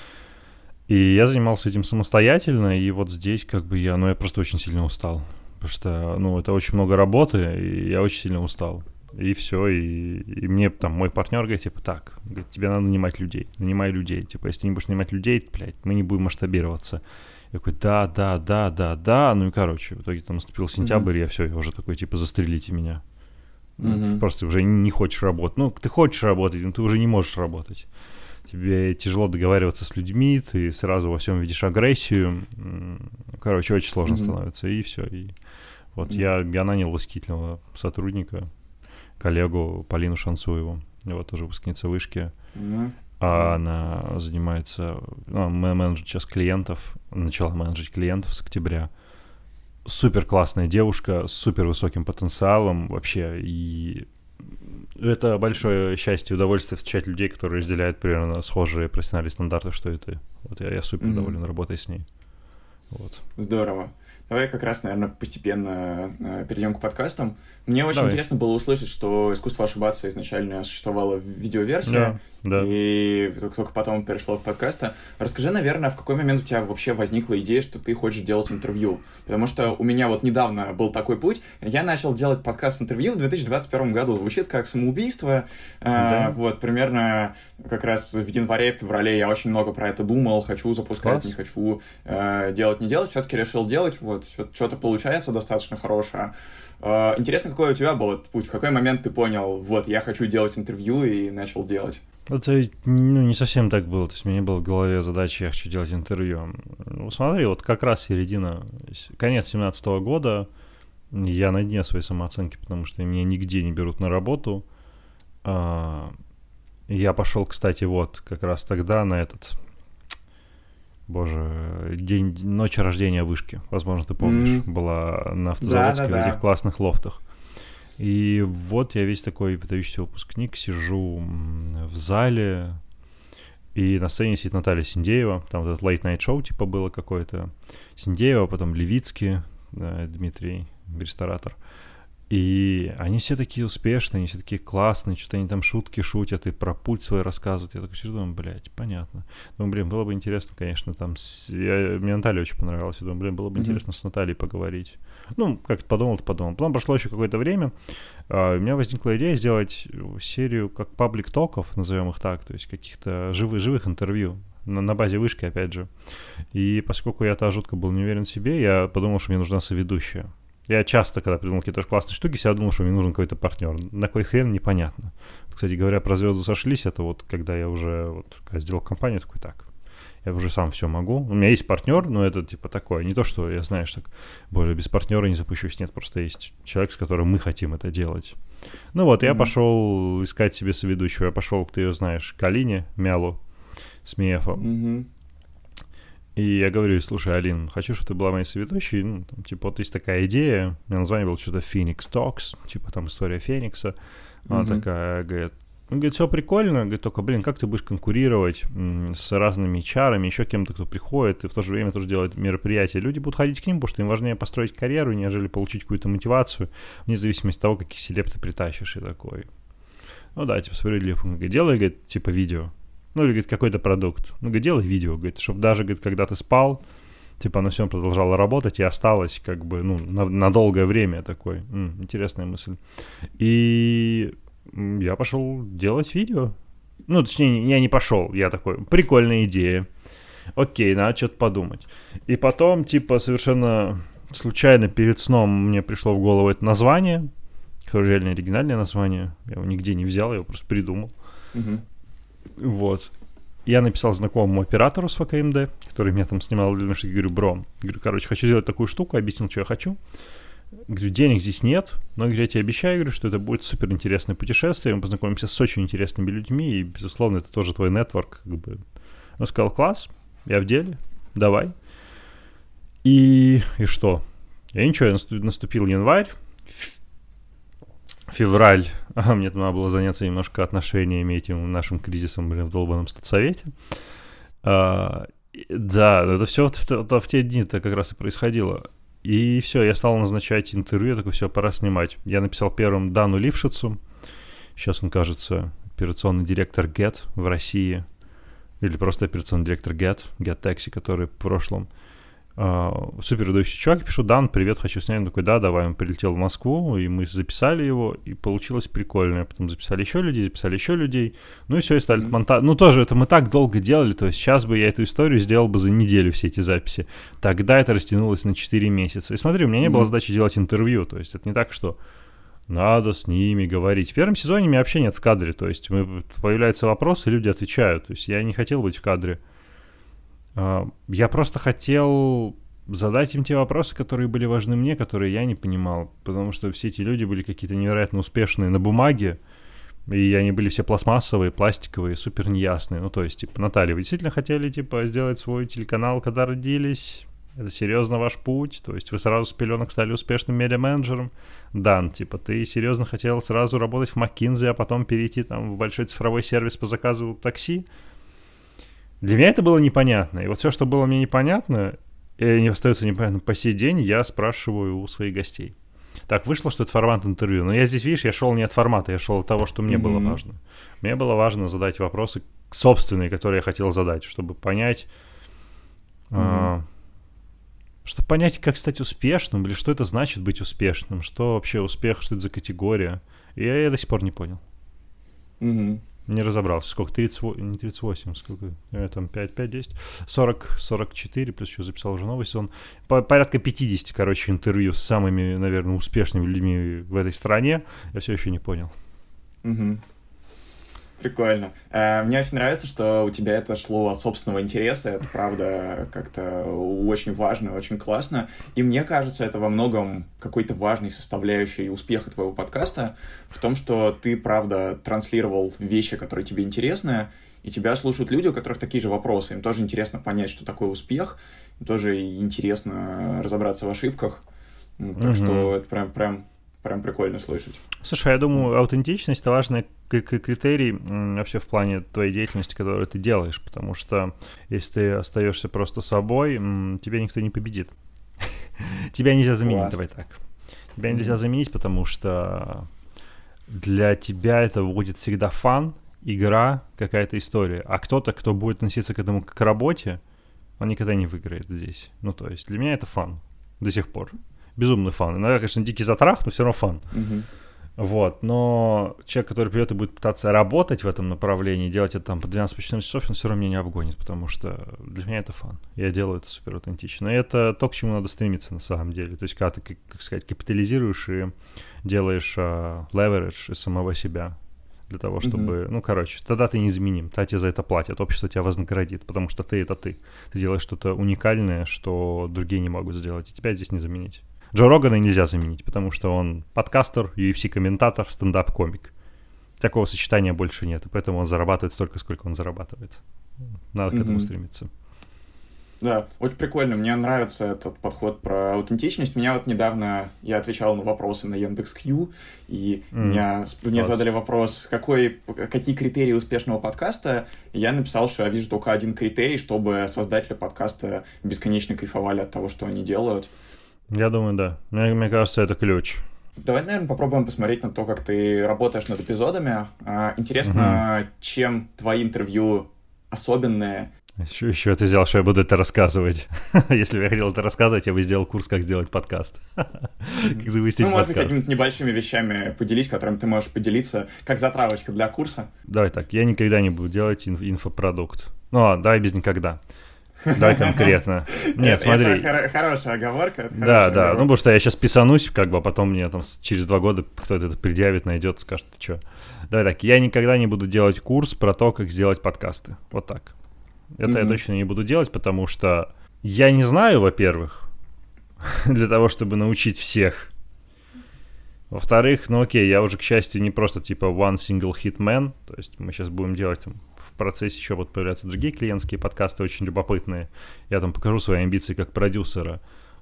S1: И я занимался этим самостоятельно, и вот здесь как бы я, ну, я просто очень сильно устал. Потому что, ну, это очень много работы, и я очень сильно устал. И все, и, и мне там мой партнер говорит, типа, так, говорит, тебе надо нанимать людей, нанимай людей. Типа, если ты не будешь нанимать людей, блядь, мы не будем масштабироваться. Я такой, да, да, да, да, да. Ну и, короче, в итоге там наступил сентябрь, mm-hmm. и я все, я уже такой, типа, застрелите меня. Mm-hmm. Просто уже не хочешь работать. Ну, ты хочешь работать, но ты уже не можешь работать. Тебе тяжело договариваться с людьми, ты сразу во всем видишь агрессию. Короче, очень сложно mm-hmm. становится, и все. И вот mm-hmm. я, я нанял восхитительного сотрудника, коллегу Полину Шанцуеву. Вот тоже выпускница вышки. Mm-hmm. а она занимается, ну, менеджер сейчас клиентов, начала менеджерить клиентов с октября. Супер классная девушка с супер высоким потенциалом вообще, и это большое счастье и удовольствие встречать людей, которые разделяют примерно схожие профессиональные стандарты, что и ты. Вот я, я супер mm-hmm. доволен работой с ней. Вот.
S2: Здорово. Давай как раз, наверное, постепенно э, перейдем к подкастам. Мне очень
S1: Давай.
S2: интересно было услышать, что «Искусство ошибаться» изначально существовало в видеоверсии,
S1: да, да.
S2: и только потом перешло в подкасты. Расскажи, наверное, в какой момент у тебя вообще возникла идея, что ты хочешь делать интервью? Потому что у меня вот недавно был такой путь. Я начал делать подкаст-интервью в две тысячи двадцать первом году. Звучит как самоубийство. Да. Э, вот, примерно как раз в январе-феврале я очень много про это думал. Хочу запускать, Класс. не хочу э, делать, не делать. Все-таки решил делать. Вот, что-то получается достаточно хорошее. Интересно, какой у тебя был этот путь? В какой момент ты понял, вот, я хочу делать интервью, и начал делать?
S1: Это ну, не совсем так было. То есть у меня не было в голове задачи, я хочу делать интервью. Ну, смотри, вот как раз середина, конец семнадцатого года, я на дне своей самооценки, потому что меня нигде не берут на работу. Я пошел, кстати, вот как раз тогда на этот... Боже, день, ночь рождения Вышки, возможно, ты помнишь, mm. была на Автозаводской, да, да, в этих да. классных лофтах. И вот я весь такой выдающийся выпускник, сижу в зале, и на сцене сидит Наталья Синдеева, там вот это late-night шоу типа было какое-то, Синдеева, потом Левицкий, да, Дмитрий, ресторатор. И они все такие успешные, они все такие классные, что-то они там шутки шутят и про путь свой рассказывают. Я такой сижу, думаю, блядь, понятно. Думаю, блин, было бы интересно, конечно, там... С... Я... Мне Наталья очень понравилась. Я думаю, блин, было бы mm-hmm. интересно с Натальей поговорить. Ну, как-то подумал-то подумал. Потом прошло еще какое-то время. Uh, у меня возникла идея сделать серию как паблик-токов, назовем их так, то есть каких-то живых, живых интервью. На, на базе Вышки, опять же. И поскольку я-то жутко был не уверен в себе, я подумал, что мне нужна соведущая. Я часто, когда придумал какие-то классные штуки, всегда думал, что мне нужен какой-то партнер. На кой хрен, непонятно. Кстати говоря, про звезды сошлись, это вот когда я уже вот, когда сделал компанию, такой, так, я уже сам все могу. У меня есть партнер, но это типа такое. Не то, что я, знаешь, так, более без партнера не запущусь. Нет, просто есть человек, с которым мы хотим это делать. Ну вот, mm-hmm. я пошел искать себе соведущего. Я пошел, ты ее знаешь, к Алине Мялу с Миэфом. Mm-hmm. И я говорю, слушай, Алин, хочу, чтобы ты была моей соведущей. Ну, там, типа, вот есть такая идея. У меня название было что-то Phoenix Talks, типа там история Феникса. Она mm-hmm. такая, говорит, ну, говорит, все прикольно, говорит, только, блин, как ты будешь конкурировать м- с разными эйч ар-ами, еще кем-то, кто приходит, и в то же время тоже делает мероприятия. Люди будут ходить к ним, потому что им важнее построить карьеру, нежели получить какую-то мотивацию, вне зависимости от того, каких селеб ты притащишь и такой. Ну да, типа, справедливо. Он говорит, делай, говорит, типа, видео. Ну, или, говорит, какой-то продукт. Ну, говорит, делай видео, говорит, чтобы даже, говорит, когда ты спал, типа, оно все продолжало работать и осталось, как бы, ну, на, на долгое время такой. М, интересная мысль. И я пошел делать видео. Ну, точнее, я не пошел, я такой, прикольная идея. Окей, надо что-то подумать. И потом, типа, совершенно случайно перед сном мне пришло в голову это название, которое реально оригинальное название. Я его нигде не взял, я его просто придумал. Mm-hmm. Вот. Я написал знакомому оператору с вэ ка эм дэ, который меня там снимал, я говорю, бро, говорю, короче, хочу сделать такую штуку, объяснил, что я хочу. Говорю, денег здесь нет, но говорю, я тебе обещаю, говорю, что это будет супер интересное путешествие, мы познакомимся с очень интересными людьми, и, безусловно, это тоже твой нетворк, как бы. Он сказал, класс, я в деле, давай. И, и что? Я ничего, наступил январь, февраль, а мне там надо было заняться немножко отношениями этим нашим кризисом, блин, в долбанном статсовете. А, да, это все в, в, в те дни-то как раз и происходило. И все, я стал назначать интервью, я такой, все, пора снимать. Я написал первым Дану Лившицу, сейчас он, кажется, операционный директор Get в России, или просто операционный директор Get, Get Taxi, который в прошлом. Uh, супер идущий чувак, пишу, Дан, привет, хочу снять. Он такой, да, давай. Он прилетел в Москву, и мы записали его, и получилось прикольно. Потом записали еще людей, записали еще людей. Ну и все, и стали mm-hmm. монтаж. Ну тоже, это мы так долго делали, то есть сейчас бы я эту историю сделал бы за неделю, все эти записи. Тогда это растянулось на четыре месяца. И смотри, у меня не mm-hmm. было задачи делать интервью, то есть это не так, что надо с ними говорить. В первом сезоне меня вообще нет в кадре, то есть мы, появляются вопросы, и люди отвечают. То есть я не хотел быть в кадре. Я просто хотел задать им те вопросы, которые были важны мне, которые я не понимал, потому что все эти люди были какие-то невероятно успешные на бумаге, И они были все пластмассовые, пластиковые, супер неясные. Ну, то есть, типа, Наталья, вы действительно хотели, типа, сделать свой телеканал, когда родились? Это серьезно ваш путь? То есть вы сразу с пеленок стали успешным медиа-менеджером? Дан, типа, ты серьезно хотел сразу работать в McKinsey, а потом перейти там в большой цифровой сервис по заказу такси? Для меня это было непонятно. И вот все, что было мне непонятно, и не остается непонятно по сей день, я спрашиваю у своих гостей. Так вышло, что это формат интервью. Но я здесь, видишь, я шел не от формата, я шел от того, что мне mm-hmm. было важно. Мне было важно задать вопросы собственные, которые я хотел задать, чтобы понять... Mm-hmm. А, чтобы понять, как стать успешным, или что это значит быть успешным, что вообще успех, что это за категория. И я, я до сих пор не понял.
S2: Mm-hmm.
S1: Не разобрался. Сколько? тридцать восемь, не тридцать восемь, сколько? Я там пять, пять, десять. сорок, сорок четыре, плюс еще записал уже новый сезон. По, порядка пятьдесят, короче, интервью с самыми, наверное, успешными людьми в этой стране. Я все еще не понял.
S2: Mm-hmm. Прикольно. Мне очень нравится, что у тебя это шло от собственного интереса. Это, правда, как-то очень важно, очень классно. И мне кажется, это во многом какой-то важной составляющей успеха твоего подкаста в том, что ты, правда, транслировал вещи, которые тебе интересны, и тебя слушают люди, у которых такие же вопросы. Им тоже интересно понять, что такое успех, им тоже интересно разобраться в ошибках. Так mm-hmm. что это прям, прям, прям прикольно слышать.
S1: Слушай, я думаю, аутентичность — это важный критерий вообще в плане твоей деятельности, которую ты делаешь, потому что если ты остаешься просто собой, тебя никто не победит. Тебя нельзя заменить, давай так. Тебя нельзя заменить, потому что для тебя это будет всегда фан, игра, какая-то история. А кто-то, кто будет относиться к этому как к работе, он никогда не выиграет здесь. Ну, то есть для меня это фан до сих пор. Безумный фан. Иногда, конечно, дикий затрах, но все равно фан.
S2: Mm-hmm.
S1: Вот, но человек, который придет и будет пытаться работать в этом направлении, делать это там по двенадцать-четырнадцать часов, он все равно меня не обгонит, потому что для меня это фан. Я делаю это супер аутентично. И это то, к чему надо стремиться на самом деле. То есть, когда ты, как, как сказать, капитализируешь и делаешь леверидж uh, из самого себя для того, чтобы... Mm-hmm. Ну, короче, тогда ты незаменим, тогда тебе за это платят, общество тебя вознаградит, потому что ты — это ты. Ты делаешь что-то уникальное, что другие не могут сделать, и тебя здесь не заменить. Джо Рогана нельзя заменить, потому что он подкастер, ю эф си-комментатор, стендап-комик. Такого сочетания больше нет, и поэтому он зарабатывает столько, сколько он зарабатывает. Надо mm-hmm. к этому стремиться.
S2: Да, очень прикольно. Мне нравится этот подход про аутентичность. Меня вот недавно, я отвечал на вопросы на Яндекс.Кью, и mm. меня, мне задали вопрос, какой, какие критерии успешного подкаста, и я написал, что я вижу только один критерий, чтобы создатели подкаста бесконечно кайфовали от того, что они делают.
S1: Я думаю, да. Мне, мне кажется, это ключ.
S2: Давай, наверное, попробуем посмотреть на то, как ты работаешь над эпизодами. Интересно, угу. чем твои интервью особенные?
S1: Еще, еще ты взял, что я буду это рассказывать. Если бы я хотел это рассказывать, я бы сделал курс, как сделать подкаст. Как запустить
S2: ну,
S1: подкаст.
S2: может быть, какими-то небольшими вещами поделись, которыми ты можешь поделиться, как затравочка для курса.
S1: Давай так, я никогда не буду делать инф- инфопродукт. Ну, а, давай без никогда. Давай конкретно. Нет,
S2: Нет,
S1: смотри.
S2: Это хор- хорошая оговорка. Это
S1: да,
S2: хорошая
S1: да.
S2: оговорка.
S1: Ну, потому что я сейчас писанусь, как бы, а потом мне там через два года кто-то это предъявит, найдет, скажет, ты что. Давай так, я никогда не буду делать курс про то, как сделать подкасты. Вот так. Это mm-hmm. я точно не буду делать, потому что я не знаю, во-первых, для того, чтобы научить всех. Во-вторых, ну окей, я уже, к счастью, не просто типа one single hit man. То есть мы сейчас будем делать там в процессе еще будут появляться другие клиентские подкасты, очень любопытные. Я там покажу свои амбиции как продюсера.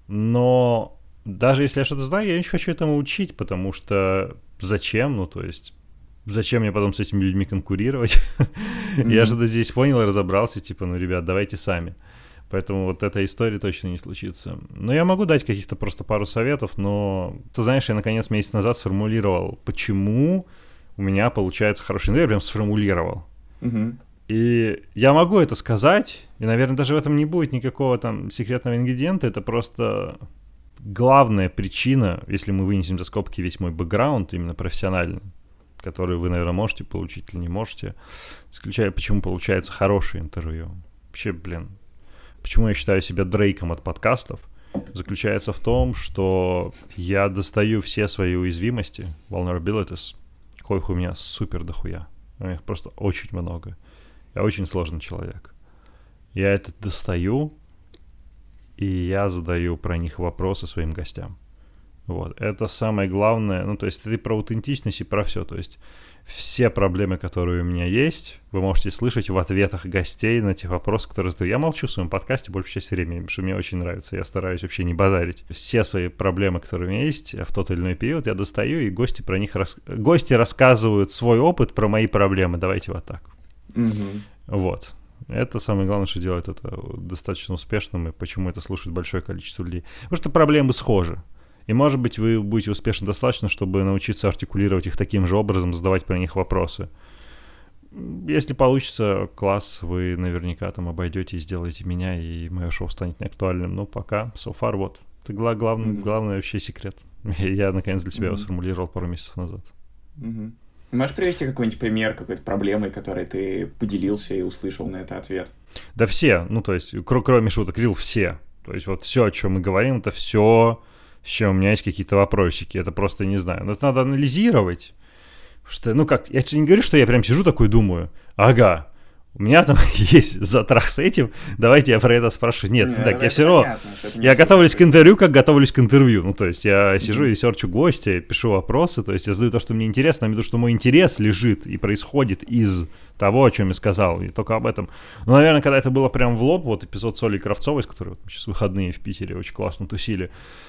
S1: Но даже если я что-то знаю, я не хочу этому учить, потому что зачем? Ну, то есть зачем мне потом с этими людьми конкурировать? Mm-hmm. Я же здесь понял и разобрался, типа, ну, ребят, давайте сами. Поэтому вот эта история точно не случится. Но я могу дать каких-то просто пару советов, но, ты знаешь, я, наконец, месяц назад сформулировал, почему у меня получается хороший интервью, я прям сформулировал.
S2: Mm-hmm.
S1: И я могу это сказать, и, наверное, даже в этом не будет никакого там секретного ингредиента, это просто главная причина, если мы вынесем за скобки весь мой бэкграунд, именно профессиональный, который вы, наверное, можете получить или не можете, исключая, почему получается хорошее интервью. Вообще, блин, почему я считаю себя Дрейком от подкастов, заключается в том, что я достаю все свои уязвимости, vulnerabilities, коих у меня супер дохуя. У меня их просто очень много. Я очень сложный человек. Я это достаю, и я задаю про них вопросы своим гостям. Вот, это самое главное, ну, то есть это про аутентичность и про все, то есть все проблемы, которые у меня есть, вы можете слышать в ответах гостей на те вопросы, которые задаю. Я молчу в своем подкасте большую часть времени, потому что мне очень нравится, я стараюсь вообще не базарить. Все свои проблемы, которые у меня есть в тот или иной период, я достаю, и гости про них рас... гости рассказывают свой опыт про мои проблемы, давайте вот так.
S2: Mm-hmm.
S1: Вот. Это самое главное, что делает это достаточно успешным, и почему это слушает большое количество людей. Потому что проблемы схожи. И, может быть, вы будете успешны достаточно, чтобы научиться артикулировать их таким же образом, задавать про них вопросы. Если получится, класс, вы наверняка там обойдете и сделаете меня, и мое шоу станет неактуальным. Но пока, so far, вот. Это гла- главный, mm-hmm. главный вообще секрет. Я, наконец, для себя mm-hmm. его сформулировал пару месяцев назад.
S2: Mm-hmm. Можешь привести какой-нибудь пример какой-то проблемы, которой ты поделился и услышал на это ответ?
S1: Да все. Ну, то есть, кр- кроме шуток, Рил, все. То есть, вот все, о чем мы говорим, это все... с чем у меня есть какие-то вопросики, это просто не знаю. Но это надо анализировать, что, ну как, я не говорю, что я прям сижу такой думаю, ага, у меня там есть затрах с этим, давайте я про это спрашиваю. Нет,
S2: не,
S1: так, я все
S2: равно,
S1: я готовлюсь к интервью, как готовлюсь к интервью, ну то есть я сижу mm-hmm. и серчу гостя, пишу вопросы, то есть я задаю то, что мне интересно, я имею в виду, что мой интерес лежит и происходит из того, о чем я сказал, и только об этом. Ну, наверное, когда это было прям в лоб, вот эпизод с Олей Кравцовой, с которой вот, сейчас выходные в Питере очень классно тусили,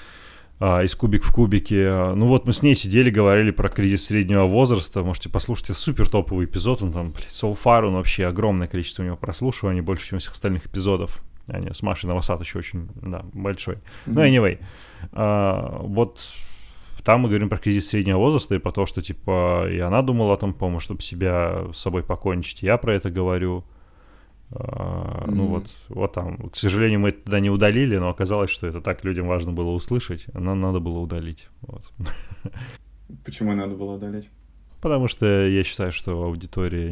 S1: А, из «Кубик в кубике». Ну вот мы с ней сидели, говорили про кризис среднего возраста. Можете послушать, супер топовый эпизод. Он там, блядь, so far, он вообще огромное количество у него прослушиваний, больше, чем всех остальных эпизодов. Они с Машей Новосад еще очень, да, большой. Mm-hmm. Ну, anyway. А, вот там мы говорим про кризис среднего возраста и про то, что, типа, и она думала о том, по-моему, чтобы себя с собой покончить. Я про это говорю. Uh, mm-hmm. Ну вот, вот там, к сожалению, мы это тогда не удалили, но оказалось, что это так людям важно было услышать, а нам надо было удалить. Вот.
S2: Почему надо было удалить?
S1: Потому что я считаю, что аудитория,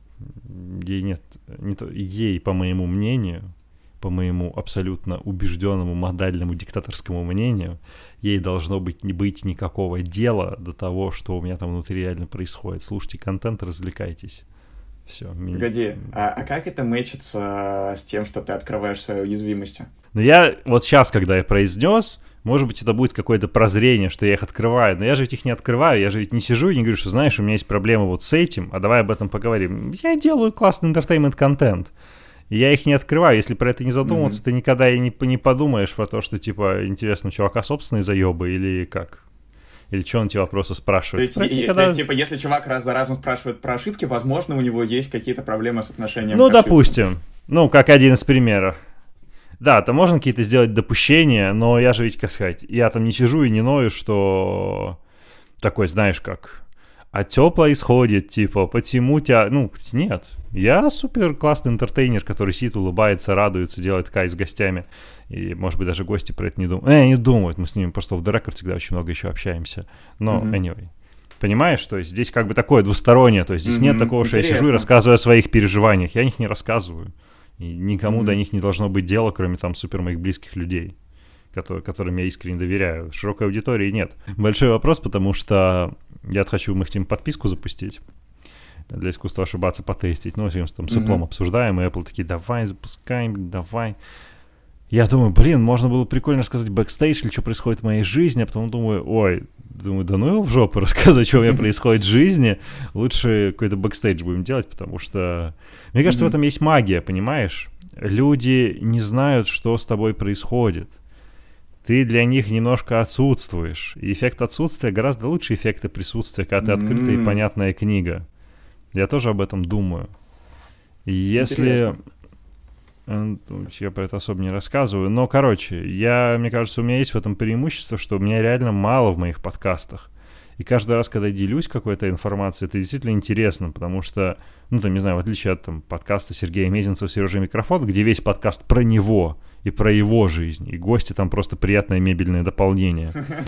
S1: ей нет, не то, ей, по моему мнению, по моему абсолютно убежденному модальному диктаторскому мнению, ей должно быть не быть никакого дела до того, что у меня там внутри реально происходит. Слушайте контент, развлекайтесь. Все.
S2: Погоди, а, а как это мэчится с тем, что ты открываешь свои уязвимости?
S1: Ну я вот сейчас, когда я произнес, может быть, это будет какое-то прозрение, что я их открываю, но я же ведь их не открываю, я же ведь не сижу и не говорю, что, знаешь, у меня есть проблемы вот с этим, а давай об этом поговорим. Я делаю классный интертеймент-контент, и я их не открываю. Если про это не задумываться, mm-hmm. ты никогда и не, не подумаешь про то, что, типа, интересно, у чувака собственные заебы или как? Или что он тебе вопросы спрашивает?
S2: То есть, и, когда... то есть, типа, если чувак раз за разом спрашивает про ошибки, возможно, у него есть какие-то проблемы с отношением
S1: ну,
S2: к ошибкам.
S1: Ну, допустим. Ну, как один из примеров. Да, там можно какие-то сделать допущения, но я же ведь, как сказать, я там не сижу и не ною, что такой, знаешь, как, а тепло исходит, типа, почему тебя... Ну, нет. Я супер классный интертейнер, который сидит, улыбается, радуется, делает кайф с гостями. И, может быть, даже гости про это не думают. Э, не думают, мы с ними просто в The Record всегда очень много еще общаемся. Но, mm-hmm. anyway. Понимаешь, то есть здесь как бы такое двустороннее, то есть здесь mm-hmm. нет такого, что Интересно. Я сижу и рассказываю о своих переживаниях. Я о них не рассказываю. И никому mm-hmm. до них не должно быть дела, кроме там супер моих близких людей, которые, которым я искренне доверяю. Широкой аудитории нет. Большой вопрос, потому что я хочу, мы хотим подписку запустить. Для искусства ошибаться, потестить. Ну, мы там с Apple mm-hmm. обсуждаем, и Apple такие, давай, запускаем, давай. Я думаю, блин, можно было прикольно рассказать бэкстейдж или что происходит в моей жизни, а потом думаю, ой, думаю, да ну его в жопу рассказывать, что у меня происходит в жизни. Лучше какой-то бэкстейдж будем делать, потому что, мне кажется, mm-hmm. в этом есть магия, понимаешь? Люди не знают, что с тобой происходит. Ты для них немножко отсутствуешь. И эффект отсутствия гораздо лучше эффекта присутствия, когда ты открытая mm-hmm. и понятная книга. Я тоже об этом думаю. И если... Я про это особо не рассказываю. Но, короче, я, мне кажется, у меня есть в этом преимущество, что меня реально мало в моих подкастах. И каждый раз, когда я делюсь какой-то информацией, это действительно интересно, потому что, ну, там, не знаю, в отличие от там, подкаста Сергея Мезенцева «Сережа Микрофон», где весь подкаст про него и про его жизнь, и гости там просто приятное мебельное дополнение.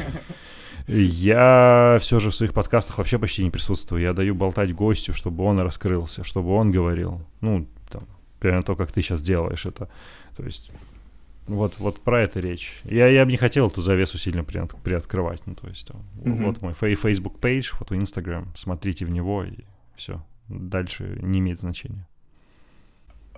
S1: Я все же в своих подкастах вообще почти не присутствую. Я даю болтать гостю, чтобы он раскрылся, чтобы он говорил. Ну, там, примерно то, как ты сейчас делаешь это. То есть, вот, вот про это речь. Я, я бы не хотел эту завесу сильно при, приоткрывать. Ну, то есть, там, mm-hmm. вот мой Facebook пейдж, вот Instagram, смотрите в него, и все. Дальше не имеет значения.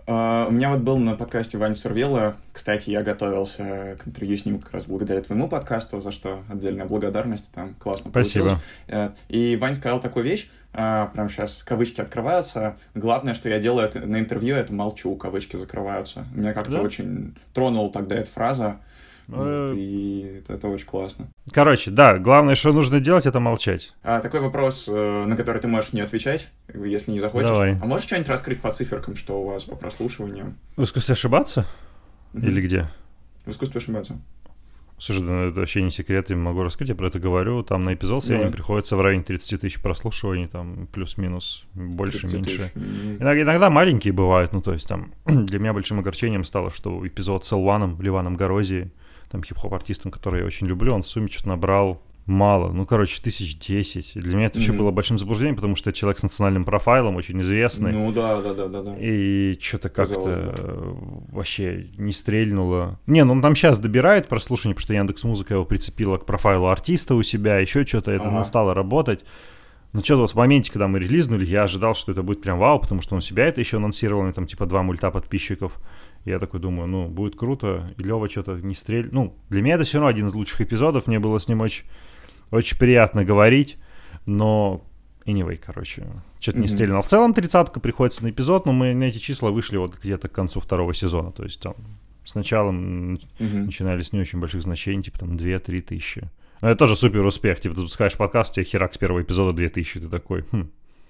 S2: Uh, у меня вот был на подкасте Вань Сурвела. Кстати, я готовился к интервью с ним как раз благодаря твоему подкасту, за что отдельная благодарность. Там классно
S1: Спасибо.
S2: получилось. Uh, и Вань сказал такую вещь, uh, прям сейчас кавычки открываются. Главное, что я делаю это, на интервью, это молчу, кавычки закрываются. Меня как-то
S1: да?
S2: очень тронула тогда эта фраза. Вот, и это, это очень классно.
S1: Короче, да, главное, что нужно делать, это молчать.
S2: А, такой вопрос, на который ты можешь не отвечать, если не захочешь.
S1: Давай.
S2: А можешь что-нибудь раскрыть по циферкам, что у вас по прослушиваниям?
S1: В искусстве ошибаться? Mm-hmm. Или где?
S2: В искусстве ошибаться.
S1: Слушай, да, это вообще не секрет, я могу раскрыть, я про это говорю. Там на эпизод в среднем приходится в районе тридцать тысяч прослушиваний, там плюс-минус, больше, меньше. Иногда, иногда маленькие бывают, ну то есть там для меня большим огорчением стало, что эпизод с Элваном, Ливаном Горозией, там хип-хоп-артистом, который я очень люблю, он в сумме что-то набрал мало, ну, короче, тысяч десять. И для меня это mm-hmm. еще было большим заблуждением, потому что это человек с национальным профайлом, очень известный.
S2: Ну, да, да, да, да. да.
S1: И что-то как-то
S2: Казалось, да.
S1: вообще не стрельнуло. Не, ну он там сейчас добирает прослушивание, потому что Яндекс.Музыка его прицепила к профайлу артиста у себя, еще что-то, это ага. стало работать. Но что-то вот в моменте, когда мы релизнули, я ожидал, что это будет прям вау, потому что он себя это еще анонсировал, у него там типа два мульта подписчиков. Я такой думаю, ну, будет круто, и Лёва что-то не стрель... Ну, для меня это все равно один из лучших эпизодов, мне было с ним очень, очень приятно говорить, но... Anyway, короче, что-то mm-hmm. не стрельнул. В целом тридцатка приходится на эпизод, но мы на эти числа вышли вот где-то к концу второго сезона, то есть там сначала mm-hmm. начинали с не очень больших значений, типа там две-три тысячи. Но это тоже супер успех, типа ты запускаешь подкаст, у тебя херак с первого эпизода две тысячи, ты такой, хм.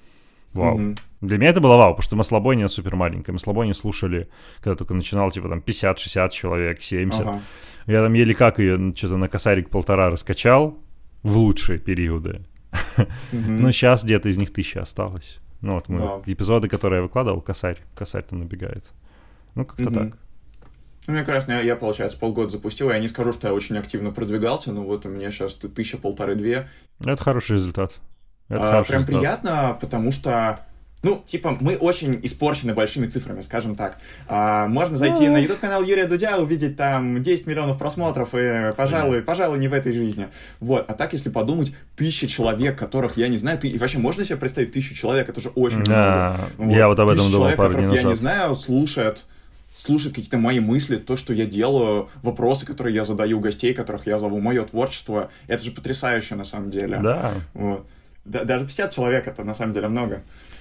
S1: Вау. Mm-hmm. Для меня это было вау, потому что Маслобойня супер маленькая. Маслобойню слушали, когда только начинал, типа там пятьдесят-шестьдесят человек, семьдесят. Uh-huh. Я там еле как ее что-то на косарик полтора раскачал в лучшие периоды. Mm-hmm. Но сейчас где-то из них тысяча осталось. Ну вот мы yeah. эпизоды, которые я выкладывал, косарь, косарь там набегает. Ну как-то mm-hmm. так.
S2: Ну, мне кажется, я, я, получается, полгода запустил, я не скажу, что я очень активно продвигался, но вот у меня сейчас тысяча, полторы-две.
S1: Это хороший результат.
S2: Это а, прям результат. Приятно, потому что, ну, типа, мы очень испорчены большими цифрами, скажем так. А, можно зайти на YouTube-канал Юрия Дудя, увидеть там десять миллионов просмотров, и, пожалуй, пожалуй, не в этой жизни. Вот, а так, если подумать, тысяча человек, которых я не знаю, ты... и вообще можно себе представить тысячу человек, это же очень
S1: да,
S2: много.
S1: Я
S2: вот,
S1: вот об этом думал
S2: пару дней назад. Тысяча человек, которых я
S1: назад.
S2: не знаю, слушают... слушать какие-то мои мысли, то, что я делаю, вопросы, которые я задаю, гостей, которых я зову, мое творчество. Это же потрясающе, на самом деле.
S1: Да.
S2: Вот. Да, даже пятьдесят человек, это на самом деле много.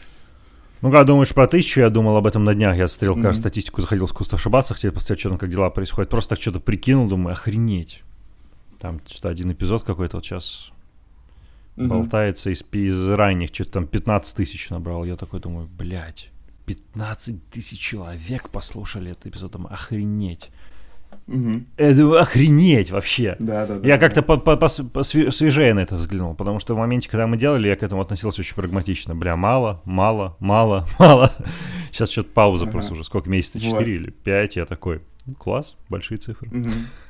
S1: Ну, когда думаешь про тысячу, я думал об этом на днях. Я смотрел, mm-hmm. кажется, статистику, заходил в искусство ошибаться, хотел посмотреть, что там, как дела происходят. Просто так что-то прикинул, думаю, охренеть. Там что-то один эпизод какой-то вот сейчас mm-hmm. болтается из, из ранних, что-то там пятнадцать тысяч набрал. Я такой думаю, блядь. пятнадцать тысяч человек послушали этот эпизод, там, охренеть. Угу. Это охренеть вообще.
S2: Да, да, да,
S1: я
S2: да.
S1: как-то по- по- по- посвежее на это взглянул, потому что в моменте, когда мы делали, я к этому относился очень прагматично. Бля, мало, мало, мало, мало. Сейчас что-то пауза ага. просто уже. Сколько месяцев? четыре вот. Или пять? Я такой, ну, класс, большие цифры.
S2: Угу.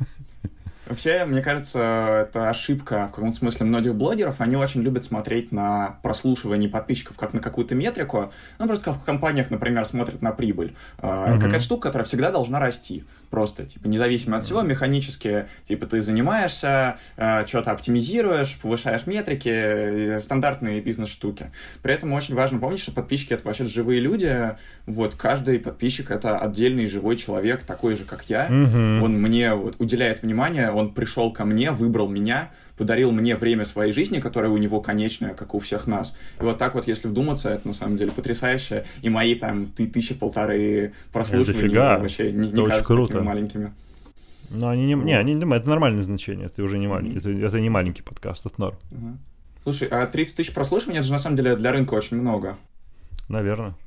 S2: Вообще, мне кажется, это ошибка в каком-то смысле многих блогеров. Они очень любят смотреть на прослушивание подписчиков как на какую-то метрику. Ну, просто как в компаниях, например, смотрят на прибыль. Uh-huh. Какая-то штука, которая всегда должна расти. Просто, типа, независимо от всего, механически, типа, ты занимаешься, что-то оптимизируешь, повышаешь метрики, стандартные бизнес-штуки. При этом очень важно помнить, что подписчики — это вообще живые люди. Вот, каждый подписчик — это отдельный живой человек, такой же, как я. Uh-huh. Он мне вот уделяет внимание, он пришел ко мне, выбрал меня, подарил мне время своей жизни, которое у него конечное, как у всех нас. И вот так вот, если вдуматься, это на самом деле потрясающе. И мои там ты, тысячи, полторы прослушивания вообще не, не кажутся круто. Такими маленькими.
S1: Ну, они не, не, они, это нормальное значение, это уже не маленький, mm-hmm. это, это не маленький подкаст, это норм.
S2: Uh-huh. Слушай, а тридцать тысяч прослушиваний, это же на самом деле для рынка очень много.
S1: Наверное.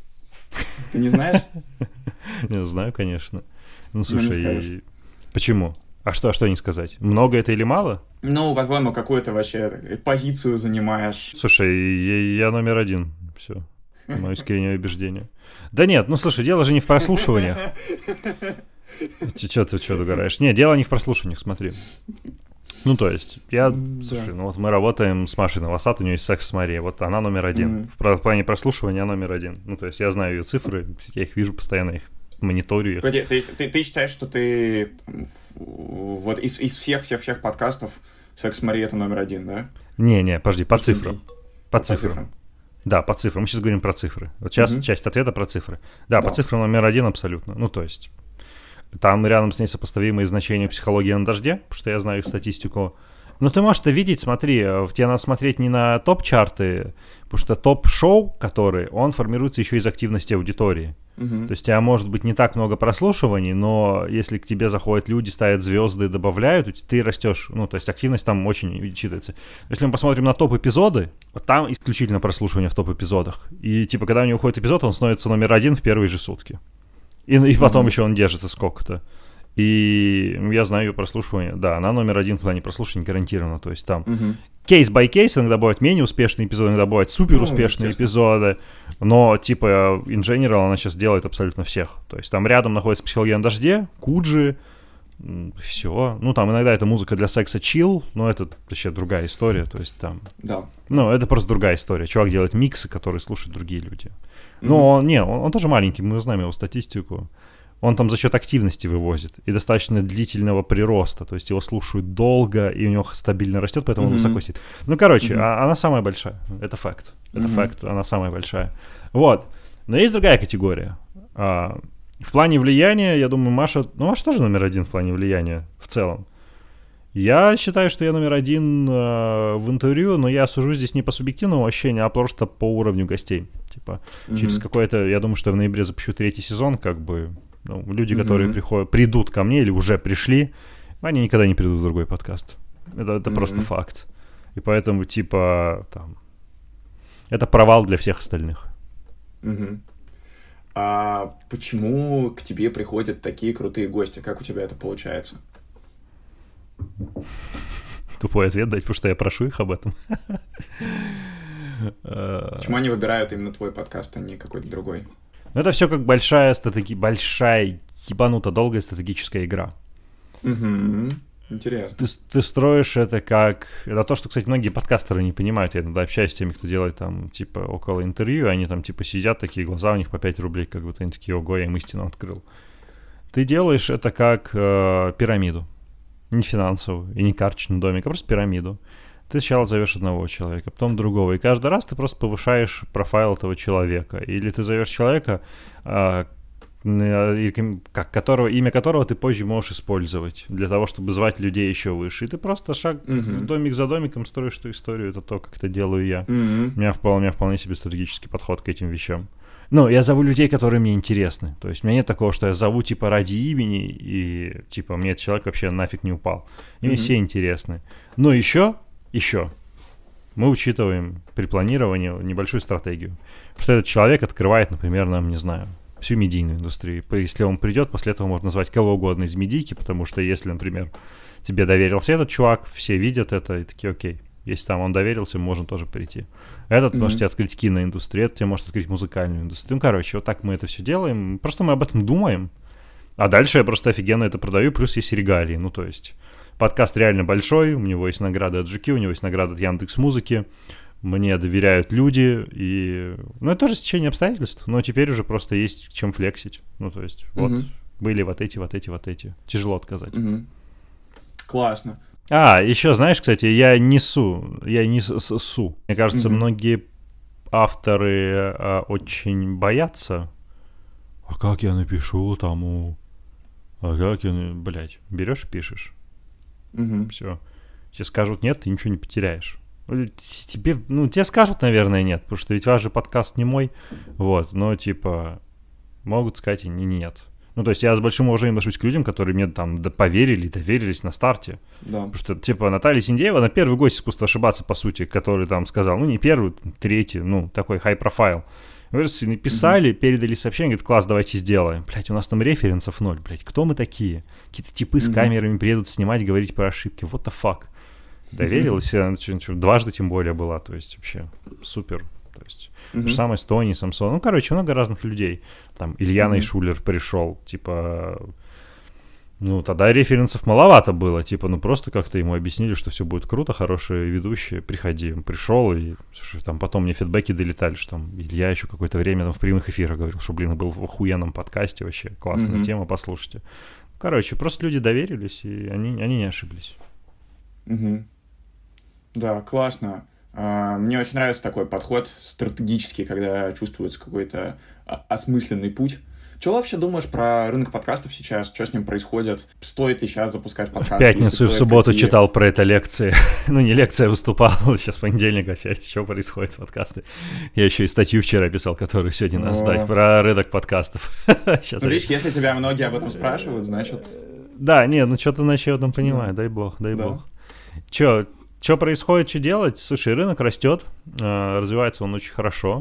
S2: Ты не знаешь?
S1: Не знаю, конечно. Ну, слушай, почему? А что, а что не сказать? Много это или мало?
S2: Ну, по-твоему, какую-то вообще позицию занимаешь.
S1: Слушай, я, я номер один. Все. Мое искреннее убеждение. Да нет, ну слушай, дело же не в прослушиваниях. Че ты что угораешь? Нет, дело не в прослушиваниях, смотри. Ну, то есть, я, слушай, ну вот мы работаем с Машей Новосад, у нее есть секс с Марией, вот она номер один. В плане прослушивания она номер один. Ну, то есть, я знаю ее цифры, я их вижу постоянно, их мониторю.
S2: Погоди, ты, ты, ты считаешь, что ты вот из, из всех-всех-всех подкастов «Секс с Марией» — это номер один, да?
S1: Не-не, подожди, по цифрам. По, по цифрам. цифрам. Да, по цифрам. Мы сейчас говорим про цифры. Вот сейчас mm-hmm. часть ответа про цифры. Да, да, по цифрам номер один абсолютно. Ну, то есть, там рядом с ней сопоставимые значения психологии на дожде, потому что я знаю их статистику. Но ты можешь это видеть, смотри, тебе надо смотреть не на топ-чарты, потому что топ-шоу, который, он формируется еще из активности аудитории. Uh-huh. То есть у тебя может быть не так много прослушиваний, но если к тебе заходят люди, ставят звезды, добавляют, ты растешь. Ну, то есть активность там очень читается. Если мы посмотрим на топ-эпизоды, там исключительно прослушивание в топ-эпизодах. И типа, когда у него выходит эпизод, он становится номер один в первые же сутки. И, и потом uh-huh. еще он держится сколько-то. И я знаю ее прослушивание. Да, она номер один в плане прослушивания гарантированно. То есть там кейс-бай-кейс, uh-huh. иногда бывают менее успешные эпизоды, иногда бывают супер успешные ну, эпизоды. Но типа in general она сейчас делает абсолютно всех. То есть там рядом находится «Психология на дожде», «Куджи», все. Ну там иногда это музыка для секса чил, но это вообще другая история. То есть там...
S2: Да.
S1: Ну это просто другая история. Чувак делает миксы, которые слушают другие люди. Uh-huh. Но он, не, он, он тоже маленький, мы знаем его статистику. Он там за счет активности вывозит и достаточно длительного прироста. То есть его слушают долго, и у него стабильно растет, поэтому mm-hmm. он высоко сидит. Ну, короче, mm-hmm. а, она самая большая. Это факт. Это mm-hmm. факт, она самая большая. Вот. Но есть другая категория. А, в плане влияния, я думаю, Маша... Ну, Маша тоже номер один в плане влияния в целом. Я считаю, что я номер один э, в интервью, но я сужу здесь не по субъективному ощущению, а просто по уровню гостей. Типа, mm-hmm. через какое-то... Я думаю, что я в ноябре запущу третий сезон, как бы... Ну, люди, mm-hmm. которые приходят, придут ко мне или уже пришли, они никогда не придут в другой подкаст. Это, это mm-hmm. просто факт. И поэтому, типа, там, это провал для всех остальных.
S2: Mm-hmm. А почему к тебе приходят такие крутые гости? Как у тебя это получается?
S1: Тупой ответ дать, потому что я прошу их об этом.
S2: Почему они выбирают именно твой подкаст, а не какой-то другой?
S1: Ну, это все как большая стратеги... большая, ебануто долгая стратегическая игра.
S2: Угу. Интересно.
S1: Ты, ты строишь это как... Это то, что, кстати, многие подкастеры не понимают. Я иногда общаюсь с теми, кто делает там, типа, около интервью, и они там, типа, сидят, такие глаза у них по пять рублей, как будто они такие, ого, я им истину открыл. Ты делаешь это как э, пирамиду. Не финансовую и не карточный домик, а просто пирамиду. Ты сначала зовешь одного человека, потом другого, и каждый раз ты просто повышаешь профайл этого человека. Или ты зовешь человека, а, как, которого, имя которого ты позже можешь использовать для того, чтобы звать людей еще выше. И ты просто шаг mm-hmm. домик за домиком строишь эту историю. Это то, как это делаю я. Mm-hmm. У меня вполне, у меня вполне себе стратегический подход к этим вещам. Ну, я зову людей, которые мне интересны. То есть у меня нет такого, что я зову типа ради имени, и типа мне этот человек вообще нафиг не упал. И мне mm-hmm. все интересны. Но еще... Еще мы учитываем при планировании небольшую стратегию, что этот человек открывает, например, нам, не знаю, всю медийную индустрию. Если он придет, после этого можно назвать кого угодно из медийки, потому что если, например, тебе доверился этот чувак, все видят это и такие, окей, если там он доверился, можно тоже прийти. Этот mm-hmm. может тебе открыть киноиндустрию, этот тебе может открыть музыкальную индустрию. Ну, короче, вот так мы это все делаем. Просто мы об этом думаем, а дальше я просто офигенно это продаю, плюс есть регалии, ну, то есть... Подкаст реально большой, у него есть награды от джи кью, у него есть награды от Яндекс.Музыки, мне доверяют люди, и... Ну, это тоже стечение обстоятельств, но теперь уже просто есть чем флексить. Ну, то есть, вот, mm-hmm. были вот эти, вот эти, вот эти. Тяжело отказать.
S2: Mm-hmm. Классно.
S1: А, еще, знаешь, кстати, я несу, я несу. Мне кажется, mm-hmm. многие авторы а, очень боятся. А как я напишу тому? А как я... Блядь, берешь и пишешь.
S2: Угу.
S1: Все. Тебе скажут нет, ты ничего не потеряешь. Тебе, ну, тебе скажут, наверное, нет, потому что ведь ваш же подкаст не мой. Вот, но типа могут сказать и нет. Ну, то есть я с большим уважением отношусь к людям, которые мне там поверили, доверились на старте.
S2: Да.
S1: Потому что, типа, Наталья Синдеева, она первый гость «Искусства ошибаться», по сути, который там сказал, ну, не первый, третий, ну, такой хай-профайл. Написали, угу. передали сообщение, говорит, класс, давайте сделаем. Блять, у нас там референсов ноль, блять, кто мы такие? Какие-то типы с угу. камерами приедут снимать, говорить про ошибки. What the fuck? Доверилась, угу. дважды тем более была, то есть вообще супер. То есть угу. то же самое с Тони, Самсон. Ну, короче, много разных людей. Там Илья Найшулер угу. пришел, типа... Ну, тогда референсов маловато было, типа, ну, просто как-то ему объяснили, что все будет круто, хорошие ведущие, приходи. Он пришел, и, слушай, там потом мне фидбэки долетали, что там Илья еще какое-то время там в прямых эфирах говорил, что, блин, был в охуенном подкасте вообще, классная mm-hmm. тема, послушайте. Короче, просто люди доверились, и они, они не ошиблись.
S2: Mm-hmm. Да, классно. Мне очень нравится такой подход стратегический, когда чувствуется какой-то осмысленный путь. Что вообще думаешь про рынок подкастов сейчас? Что с ним происходит? Стоит ли сейчас запускать подкасты?
S1: В пятницу и в субботу
S2: какие...
S1: читал про это лекции. Ну, не лекция, а выступал. Сейчас понедельник опять. Что происходит с подкастами? Я еще и статью вчера писал, которую сегодня надо сдать, про рынок подкастов. Сейчас
S2: ну, видишь, я... если тебя многие об этом спрашивают, значит...
S1: Да, нет, ну что-то иначе я в этом понимаю. Да. Дай бог, дай да. бог. Че, что происходит, что делать? Слушай, рынок растет, развивается он очень хорошо.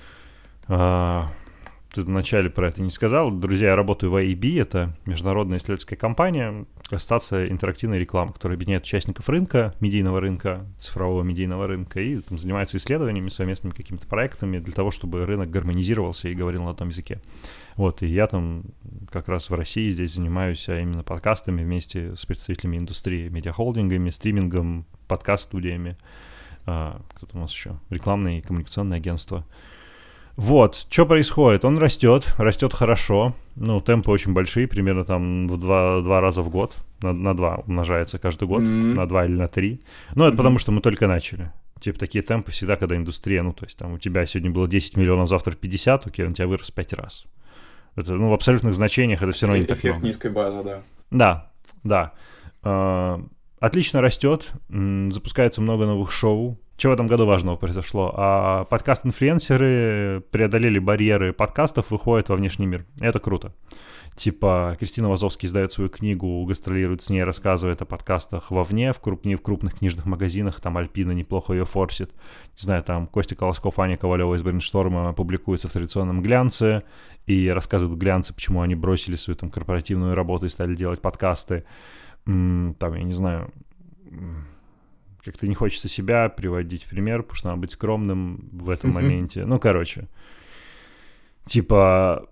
S1: Ты вначале про это не сказал. Друзья, я работаю в эй и би, это международная исследовательская компания, ассоциация интерактивной рекламы, которая объединяет участников рынка, медийного рынка, цифрового медийного рынка, и там, занимается исследованиями, совместными какими-то проектами для того, чтобы рынок гармонизировался и говорил на одном языке. Вот, и я там как раз в России здесь занимаюсь именно подкастами вместе с представителями индустрии, медиахолдингами, стримингом, подкаст-студиями, а, кто-то у нас еще, рекламное и коммуникационное агентство. Вот, что происходит? Он растет, растет хорошо, ну, темпы очень большие, примерно там в два, два раза в год, на, на два умножается каждый год, mm-hmm. на два или на три. Ну, это mm-hmm. потому, что мы только начали. Типа такие темпы всегда, когда индустрия, ну, то есть там у тебя сегодня было десять миллионов, завтра пятьдесят, окей, он у тебя вырос пять раз. Это, ну, в абсолютных значениях это все равно не так много.
S2: Эффект низкой базы, да.
S1: Да, да. Э, отлично растет, м, запускается много новых шоу. Что в этом году важного произошло? А подкаст-инфлюенсеры преодолели барьеры подкастов, выходят во внешний мир. Это круто. Типа Кристина Вазовский издает свою книгу, гастролирует с ней, рассказывает о подкастах вовне, в, круп... в крупных книжных магазинах. Там Альпина неплохо ее форсит. Не знаю, там Костя Колосков, Аня Ковалева из Брейншторма публикуются в традиционном глянце и рассказывают в глянце, почему они бросили свою там корпоративную работу и стали делать подкасты. Там, я не знаю... Как-то не хочется себя приводить в пример, потому что надо быть скромным в этом моменте. Ну, короче. Типа,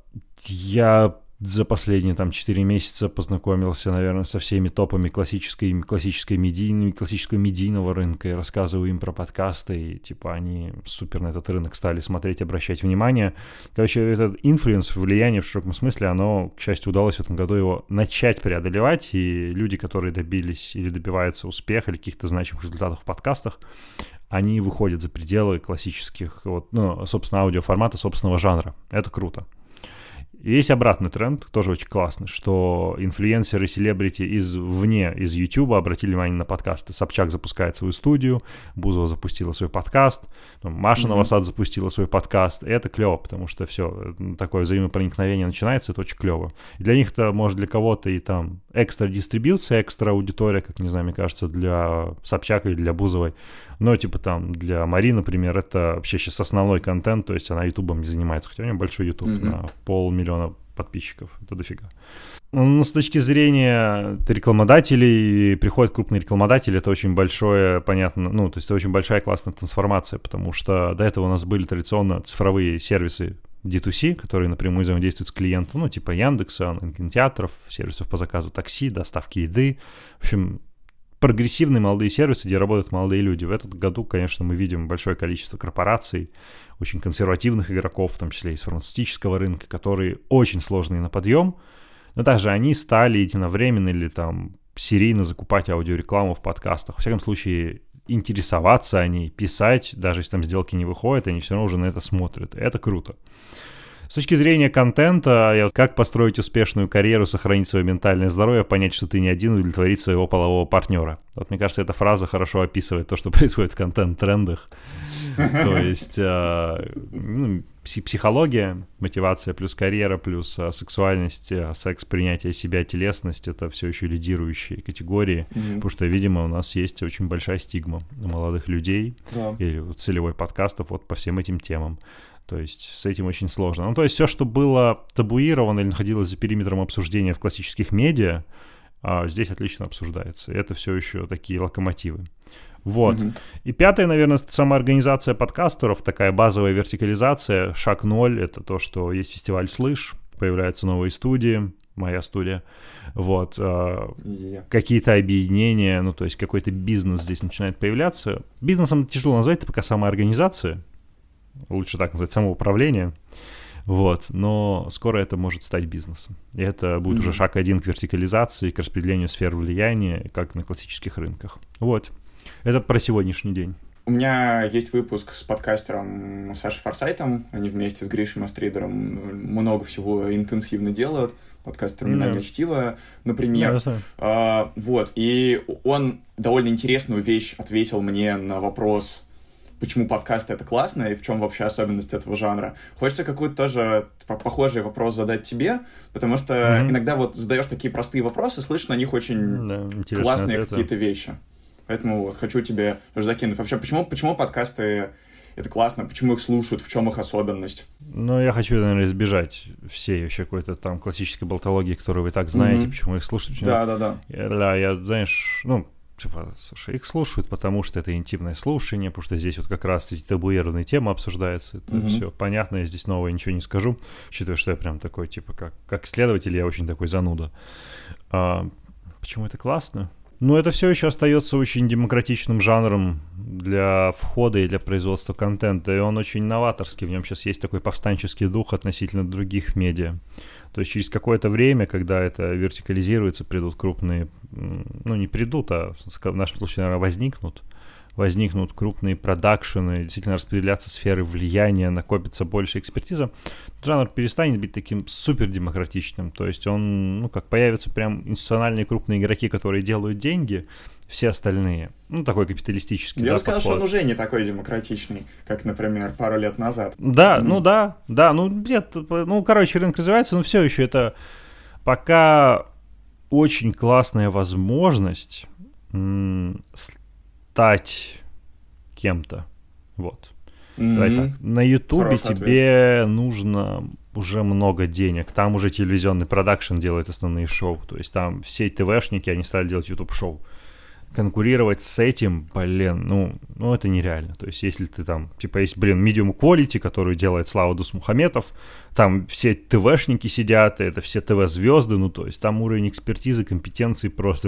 S1: я за последние там четыре месяца познакомился, наверное, со всеми топами классической, классической медийной, классического медийного рынка и рассказываю им про подкасты, и типа они супер на этот рынок стали смотреть, обращать внимание. Короче, этот инфлюенс, влияние в широком смысле, оно, к счастью, удалось в этом году его начать преодолевать, и люди, которые добились или добиваются успеха или каких-то значимых результатов в подкастах, они выходят за пределы классических, вот, ну, собственно, аудиоформата, собственного жанра. Это круто. Есть обратный тренд, тоже очень классный, что инфлюенсеры, селебрити извне, из Ютуба обратили внимание на подкасты. Собчак запускает свою студию, Бузова запустила свой подкаст, Маша mm-hmm. Новосад запустила свой подкаст. И это клево, потому что все, такое взаимопроникновение начинается, это очень клево. И для них это, может, для кого-то и там экстра дистрибьюция, экстра аудитория, как, не знаю, мне кажется, для Собчака или для Бузовой. Но, типа, там, для Мари, например, это вообще сейчас основной контент, то есть она ютубом не занимается, хотя у нее большой ютуб mm-hmm. на полмиллиона подписчиков, это дофига. Ну, с точки зрения рекламодателей, приходят крупные рекламодатели, это очень большое, понятно, ну, то есть это очень большая классная трансформация, потому что до этого у нас были традиционно цифровые сервисы ди ту си, которые напрямую взаимодействуют с клиентом, ну, типа Яндекса, кинотеатров, сервисов по заказу такси, доставки еды, в общем, прогрессивные молодые сервисы, где работают молодые люди. В этом году, конечно, мы видим большое количество корпораций, очень консервативных игроков, в том числе из фармацевтического рынка, которые очень сложные на подъем, но также они стали единовременно или там серийно закупать аудиорекламу в подкастах. Во всяком случае, интересоваться о ней, писать, даже если там сделки не выходят, они все равно уже на это смотрят. Это круто. С точки зрения контента, как построить успешную карьеру, сохранить свое ментальное здоровье, понять, что ты не один, удовлетворить своего полового партнера. Вот, мне кажется, эта фраза хорошо описывает то, что происходит в контент-трендах. То есть ну, психология, мотивация плюс карьера, плюс сексуальность, секс, принятие себя, телесность — это все еще лидирующие категории, mm-hmm. потому что, видимо, у нас есть очень большая стигма у молодых людей yeah. или целевой подкастов вот по всем этим темам. То есть с этим очень сложно. Ну, то есть все, что было табуировано или находилось за периметром обсуждения в классических медиа, здесь отлично обсуждается. И это все еще такие локомотивы. Вот. Mm-hmm. И пятое, наверное, самоорганизация подкастеров, такая базовая вертикализация. Шаг ноль — это то, что есть фестиваль «Слышь», появляются новые студии, моя студия. Вот. Yeah. Какие-то объединения, ну, то есть какой-то бизнес здесь начинает появляться. Бизнесом тяжело назвать, это пока самоорганизация. Лучше так назвать, самоуправление, вот, но скоро это может стать бизнесом. И это будет mm-hmm. уже шаг один к вертикализации, к распределению сфер влияния, как на классических рынках. Вот, это про сегодняшний день.
S2: У меня есть выпуск с подкастером Сашей Форсайтом. Они вместе с Гришей Мастридером много всего интенсивно делают. Подкаст «Терминальное mm-hmm. чтиво», например. Yeah, а, вот. И он довольно интересную вещь ответил мне на вопрос, почему подкасты — это классно, и в чем вообще особенность этого жанра. Хочется какой-то тоже похожий вопрос задать тебе, потому что mm-hmm. иногда вот задаешь такие простые вопросы, слышишь на них очень mm-hmm. классные ответ, какие-то да. вещи. Поэтому хочу тебе тоже закинуть. Вообще, почему, почему подкасты — это классно? Почему их слушают? В чем их особенность?
S1: Ну, я хочу, наверное, избежать всей вообще какой-то там классической болтологии, которую вы так знаете, mm-hmm. почему их слушают. Почему...
S2: Да, да, да.
S1: Я, да, я, знаешь, ну, типа, слушай, их слушают, потому что это интимное слушание, потому что здесь вот как раз эти табуированные темы обсуждаются. Это mm-hmm. все понятно, я здесь нового ничего не скажу, учитывая, что я прям такой, типа, как, как исследователь, я очень такой зануда. А, почему это классно? Ну, это все еще остается очень демократичным жанром для входа и для производства контента, и он очень новаторский, в нем сейчас есть такой повстанческий дух относительно других медиа. То есть через какое-то время, когда это вертикализируется, придут крупные, ну не придут, а в нашем случае, наверное, возникнут, возникнут крупные продакшены, действительно распределятся сферы влияния, накопится больше экспертиза, жанр перестанет быть таким супер демократичным. То есть он, ну как, появятся прям институциональные крупные игроки, которые делают деньги, все остальные, ну такой капиталистический.
S2: Я
S1: да,
S2: бы сказал,
S1: подход.
S2: что он уже не такой демократичный, как, например, пару лет назад.
S1: Да, mm.
S2: Mm.
S1: ну да, да, ну где-то, ну короче, рынок развивается, но все еще это пока очень классная возможность м- стать кем-то, вот. Mm-hmm. Давай так. На Ютубе тебе ответ. Нужно уже много денег. Там уже телевизионный продакшн делает основные шоу. То есть там все ТВшники, они стали делать YouTube-шоу. Конкурировать с этим, блин, ну, ну это нереально. То есть если ты там, типа, есть, блин, Medium Quality, которую делает Слава Дусмухаметов, там все ТВшники сидят, это все ТВ-звезды, ну то есть там уровень экспертизы, компетенции просто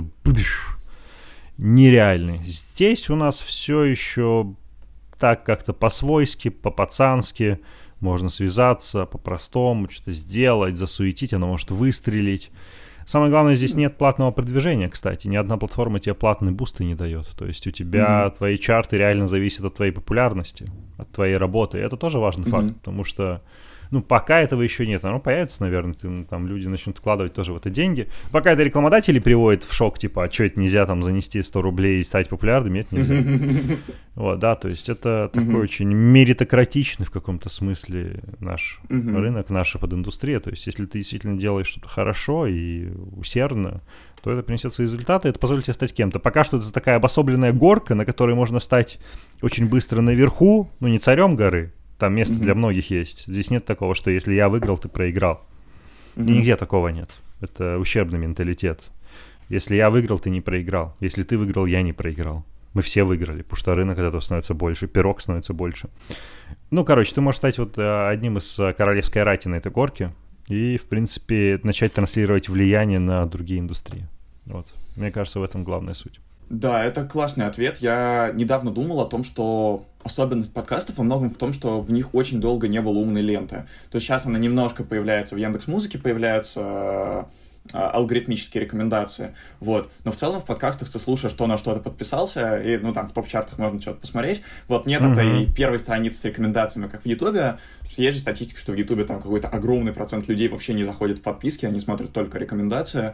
S1: нереальный. Здесь у нас все еще так как-то по-свойски, по-пацански, можно связаться по-простому, что-то сделать, засуетить, оно может выстрелить. Самое главное, здесь нет платного продвижения, кстати. Ни одна платформа тебе платные бусты не дает. То есть у тебя mm-hmm. твои чарты реально зависят от твоей популярности, от твоей работы. И это тоже важный mm-hmm. факт, потому что ну, пока этого еще нет. Оно появится, наверное, ты, там люди начнут вкладывать тоже в это деньги. Пока это рекламодатели приводят в шок, типа, а что это нельзя там занести сто рублей и стать популярным? Нет, нельзя. Вот, да, то есть это такой очень меритократичный в каком-то смысле наш рынок, наша подиндустрия. То есть если ты действительно делаешь что-то хорошо и усердно, то это принесет свои результаты, это позволит тебе стать кем-то. Пока что это такая обособленная горка, на которой можно стать очень быстро наверху, ну не царем горы, там место mm-hmm. для многих есть. Здесь нет такого, что если я выиграл, ты проиграл. Mm-hmm. И нигде такого нет. Это ущербный менталитет. Если я выиграл, ты не проиграл. Если ты выиграл, я не проиграл. Мы все выиграли, потому что рынок от этого становится больше, пирог становится больше. Ну, короче, ты можешь стать вот одним из королевской рати на этой горке и, в принципе, начать транслировать влияние на другие индустрии. Вот. Мне кажется, в этом главная суть.
S2: Да, это классный ответ. Я недавно думал о том, что особенность подкастов во многом в том, что в них очень долго не было умной ленты. То есть сейчас она немножко появляется, в Яндекс.Музыке появляются э, алгоритмические рекомендации, вот. Но в целом в подкастах ты слушаешь, что на что-то подписался, и, ну, там, в топ-чартах можно что-то посмотреть. Вот нет mm-hmm. этой первой страницы с рекомендациями, как в Ютубе. Есть же статистика, что в Ютубе там какой-то огромный процент людей вообще не заходит в подписки, они смотрят только рекомендации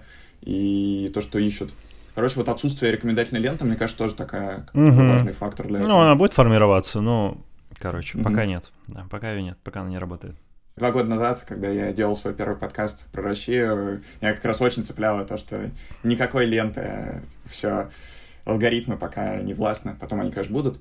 S2: и то, что ищут. Короче, вот отсутствие рекомендательной ленты, мне кажется, тоже такая, угу. такой важный фактор для этого.
S1: Ну, она будет формироваться, но, короче, угу. пока нет. Да, пока ее нет, пока она не работает.
S2: Два года назад, когда я делал свой первый подкаст про Россию, я как раз очень цепляло то, что никакой ленты, все, алгоритмы пока не властны, потом они, конечно, будут.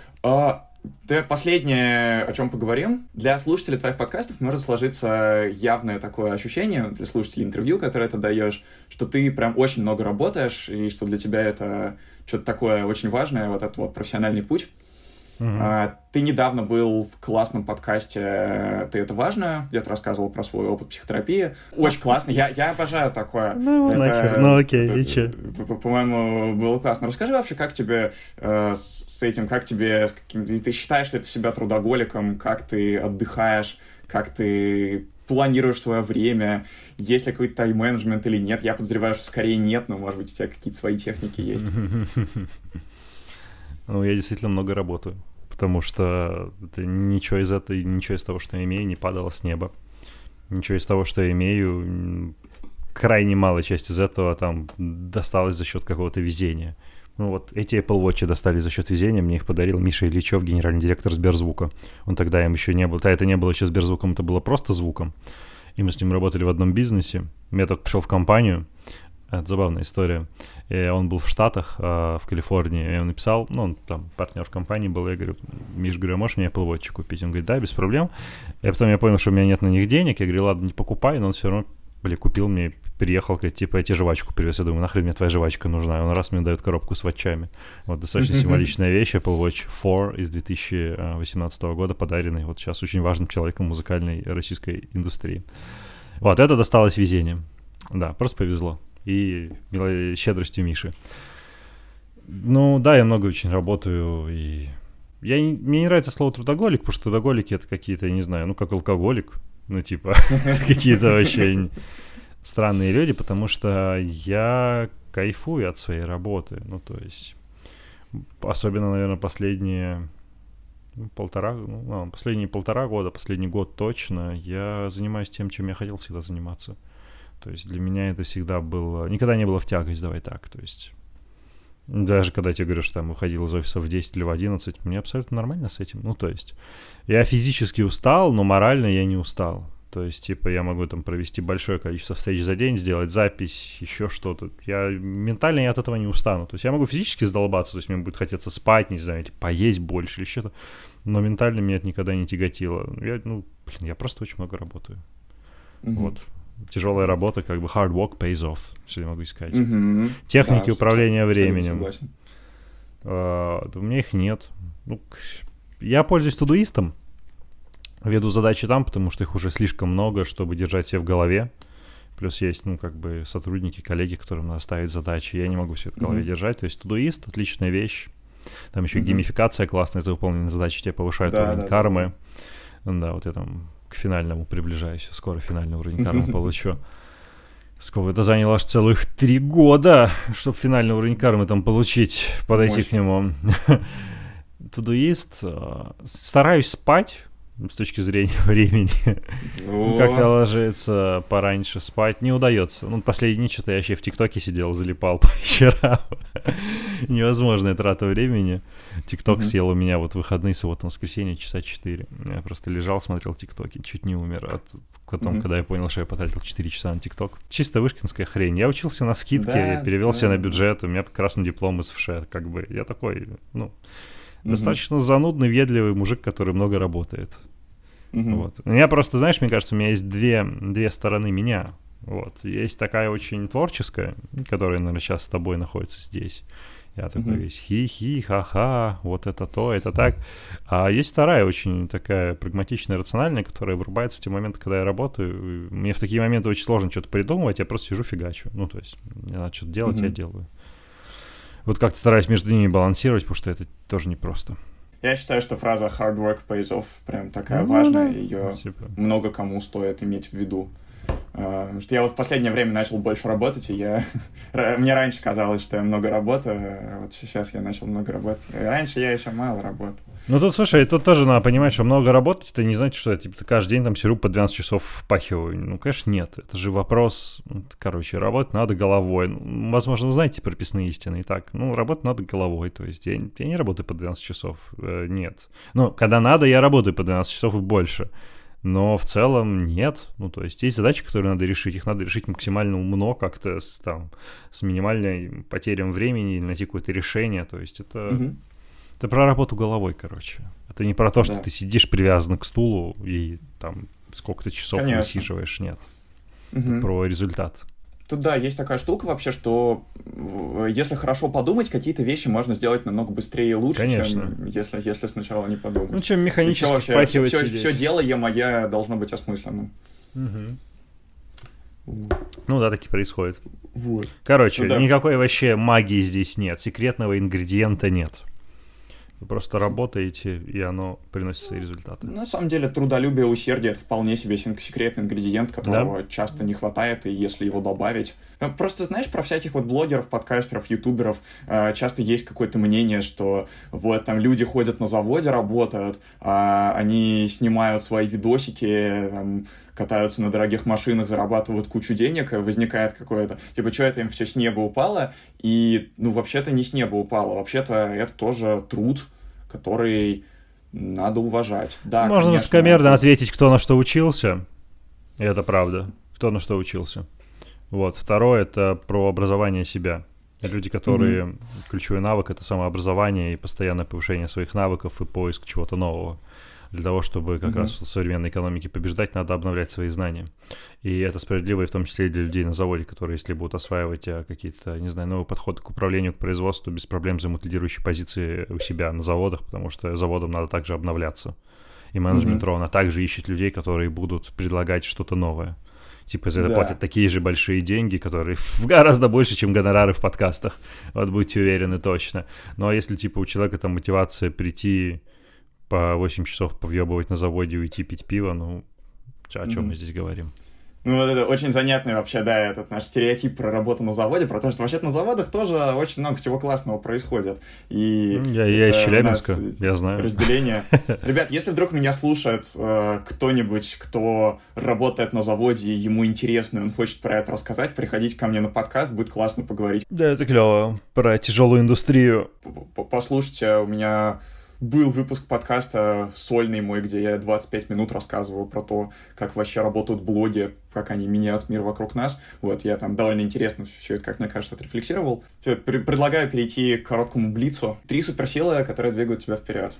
S2: Да, последнее, о чем поговорим. Для слушателей твоих подкастов может сложиться явное такое ощущение, для слушателей интервью, которое ты даешь, что ты прям очень много работаешь, и что для тебя это что-то такое очень важное, вот этот вот профессиональный путь. Mm-hmm. А, ты недавно был в классном подкасте «Ты это важно», где ты рассказывал про свой опыт психотерапии. Очень классно, я, я обожаю такое.
S1: Ну, это, нахер, ну окей, это, и че?
S2: По-моему, было классно. Расскажи вообще, как тебе э, с этим, как тебе, с каким, ты считаешь ли ты себя трудоголиком, как ты отдыхаешь, как ты планируешь свое время, есть ли какой-то тайм-менеджмент или нет? Я подозреваю, что скорее нет, но, может быть, у тебя какие-то свои техники есть.
S1: Ну, я действительно много работаю, потому что это ничего из этого, ничего из того, что я имею, не падало с неба. Ничего из того, что я имею, крайне малая часть из этого там досталась за счет какого-то везения. Ну вот эти Apple Watch достались за счет везения, мне их подарил Миша Ильичев, генеральный директор Сберзвука. Он тогда им еще не был, тогда это не было еще Сберзвуком, это было просто звуком. И мы с ним работали в одном бизнесе. Я только пришел в компанию, это забавная история. И он был в Штатах, в Калифорнии, и он написал, ну, он там партнер в компании был, я говорю, Миш, говорю, можешь мне Apple Watch купить? Он говорит, да, без проблем. И потом я понял, что у меня нет на них денег, я говорю, ладно, не покупай, но он все равно, блин, купил мне, приехал, говорит, типа, я тебе жвачку привез, я думаю, нахрен мне твоя жвачка нужна, и он раз мне дает коробку с ватчами. Вот, достаточно символичная вещь, Apple Watch четыре из две тысячи восемнадцатого года, подаренный вот сейчас очень важным человеком музыкальной российской индустрии. Вот, это досталось везением, да, просто повезло. И щедростью Миши. Ну, да, я много очень работаю, и... Я не, мне не нравится слово трудоголик, потому что трудоголики — это какие-то, я не знаю, ну, как алкоголик, ну, типа, какие-то вообще странные люди, потому что я кайфую от своей работы, ну, то есть, особенно, наверное, последние полтора, ну, последние полтора года, последний год точно, я занимаюсь тем, чем я хотел всегда заниматься. То есть для меня это всегда было... Никогда не было в тягость, давай так. То есть даже когда я тебе говорю, что там выходил из офиса в десять или в одиннадцать, мне абсолютно нормально с этим. Ну, то есть я физически устал, но морально я не устал. То есть, типа, я могу там провести большое количество встреч за день, сделать запись, еще что-то. Я ментально я от этого не устану. То есть я могу физически задолбаться, то есть мне будет хотеться спать, не знаю, типа, поесть больше или что-то. Но ментально меня это никогда не тяготило. Я, ну, блин, я просто очень много работаю. Mm-hmm. Вот. Тяжелая работа, как бы hard work pays off, что я могу сказать. Mm-hmm. Техники да, управления временем. Uh, у меня их нет. Ну, я пользуюсь Todoist, веду задачи там, потому что их уже слишком много, чтобы держать все в голове. Плюс есть, ну, как бы сотрудники, коллеги, которым надо ставить задачи. Я не могу все это в голове mm-hmm. держать. То есть Todoist — отличная вещь. Там еще mm-hmm. геймификация классная за выполненные задачи, тебе повышает да, уровень да, кармы. Да, да. да, вот я там... к финальному приближаюсь. Скоро финальный уровень кармы получу. Сколько это заняло аж целых три года, чтобы финальный уровень кармы там получить, подойти Мощно. К нему. Todoist. Стараюсь спать с точки зрения времени. Ну, как-то ложиться пораньше спать не удается. Ну, последние что-то я вообще в ТикТоке сидел, залипал по вечерам. Невозможная трата времени. ТикТок mm-hmm. съел у меня вот выходные, суббота, воскресенье, часа четыре. Я просто лежал, смотрел ТикТоки, чуть не умер. От... Потом, mm-hmm. когда я понял, что я потратил четыре часа на ТикТок. Чисто вышкинская хрень. Я учился на скидке, да, перевелся да. на бюджет, у меня красный диплом из ФШ, как бы. Я такой, ну, mm-hmm. достаточно занудный, въедливый мужик, который много работает. Mm-hmm. Вот. У меня просто, знаешь, мне кажется, у меня есть две, две стороны меня. Вот. Есть такая очень творческая, которая, наверное, сейчас с тобой находится здесь. Я такой mm-hmm. весь хи-хи, ха-ха, вот это то, это так. А есть вторая, очень такая прагматичная, рациональная, которая вырубается в те моменты, когда я работаю. Мне в такие моменты очень сложно что-то придумывать, я просто сижу фигачу. Ну, то есть, мне надо что-то делать, mm-hmm. я делаю. Вот как-то стараюсь между ними балансировать, потому что это тоже непросто.
S2: Я считаю, что фраза hard work pays off прям такая ну, важная, да. ее типа. много кому стоит иметь в виду. Потому что я вот в последнее время начал больше работать, и я... мне раньше казалось, что я много работаю, а вот сейчас я начал много работать. Раньше я еще мало работал.
S1: Ну тут, слушай, тут тоже надо понимать, что много работать, это не значит, что я типа, каждый день там сижу по двенадцать часов впахиваю. Ну, конечно, нет. Это же вопрос, короче, работать надо головой. Ну, возможно, вы знаете прописные истины и так. Ну, работать надо головой, то есть я, я не работаю по двенадцать часов, э, нет. Ну, когда надо, я работаю по двенадцать часов и больше. Но в целом нет. Ну, то есть есть задачи, которые надо решить. Их надо решить максимально умно, как-то с, там, с минимальной потерей времени, или найти какое-то решение. То есть это, угу. это про работу головой, короче. Это не про то, что да. ты сидишь привязан к стулу и там сколько-то часов Конечно. высиживаешь. Нет. Угу. Это про результат.
S2: Тут, да, есть такая штука вообще, что если хорошо подумать, какие-то вещи можно сделать намного быстрее и лучше, Конечно. чем если, если сначала не подумать.
S1: Ну, чем механически впахивать
S2: все, все, все делание мое должно быть осмысленным.
S1: Угу. Ну да, так и происходит.
S2: Вот.
S1: Короче,
S2: ну, да.
S1: никакой вообще магии здесь нет, секретного ингредиента нет. Вы просто работаете, и оно приносит свои результаты.
S2: На самом деле, трудолюбие, усердие — это вполне себе секретный ингредиент, которого
S1: да?
S2: часто не хватает, и если его добавить... Просто, знаешь, про всяких вот блогеров, подкастеров, ютуберов часто есть какое-то мнение, что вот там люди ходят на заводе, работают, а они снимают свои видосики, там, катаются на дорогих машинах, зарабатывают кучу денег, и возникает какое-то... Типа, что это им все с неба упало? И, ну, вообще-то не с неба упало. Вообще-то это тоже труд, который надо уважать. Да,
S1: можно
S2: конечно,
S1: высокомерно
S2: это...
S1: ответить, кто на что учился. И это правда. Кто на что учился. Вот. Второе — это про образование себя. Люди, которые... Mm-hmm. Ключевой навык — это самообразование и постоянное повышение своих навыков и поиск чего-то нового. Для того, чтобы как mm-hmm. раз в современной экономике побеждать, надо обновлять свои знания. И это справедливо и в том числе и для людей на заводе, которые, если будут осваивать какие-то, не знаю, новые подходы к управлению, к производству, без проблем займут лидирующие позиции у себя на заводах, потому что заводам надо также обновляться. И менеджмент mm-hmm. ровно также ищет людей, которые будут предлагать что-то новое. Типа за это да. платят такие же большие деньги, которые гораздо больше, чем гонорары в подкастах. Вот будьте уверены точно. Но если типа у человека там мотивация прийти... по восемь часов повъебывать на заводе и уйти пить пиво, ну, о чем mm-hmm. мы здесь говорим?
S2: Ну, вот это очень занятный вообще, да, этот наш стереотип про работу на заводе, про то, что вообще-то на заводах тоже очень много всего классного происходит. И
S1: я, я из Челябинска, я знаю.
S2: Разделение. Ребят, если вдруг меня слушает э, кто-нибудь, кто работает на заводе, и ему интересно, и он хочет про это рассказать, приходите ко мне на подкаст, будет классно поговорить.
S1: Да, это клево, про тяжелую индустрию.
S2: Послушайте, у меня... Был выпуск подкаста сольный мой, где я двадцать пять минут рассказывал про то, как вообще работают блоги, как они меняют мир вокруг нас. Вот, я там довольно интересно все это, как мне кажется, отрефлексировал. Все, пр- предлагаю перейти к короткому блицу. Три суперсилы, которые двигают тебя вперед.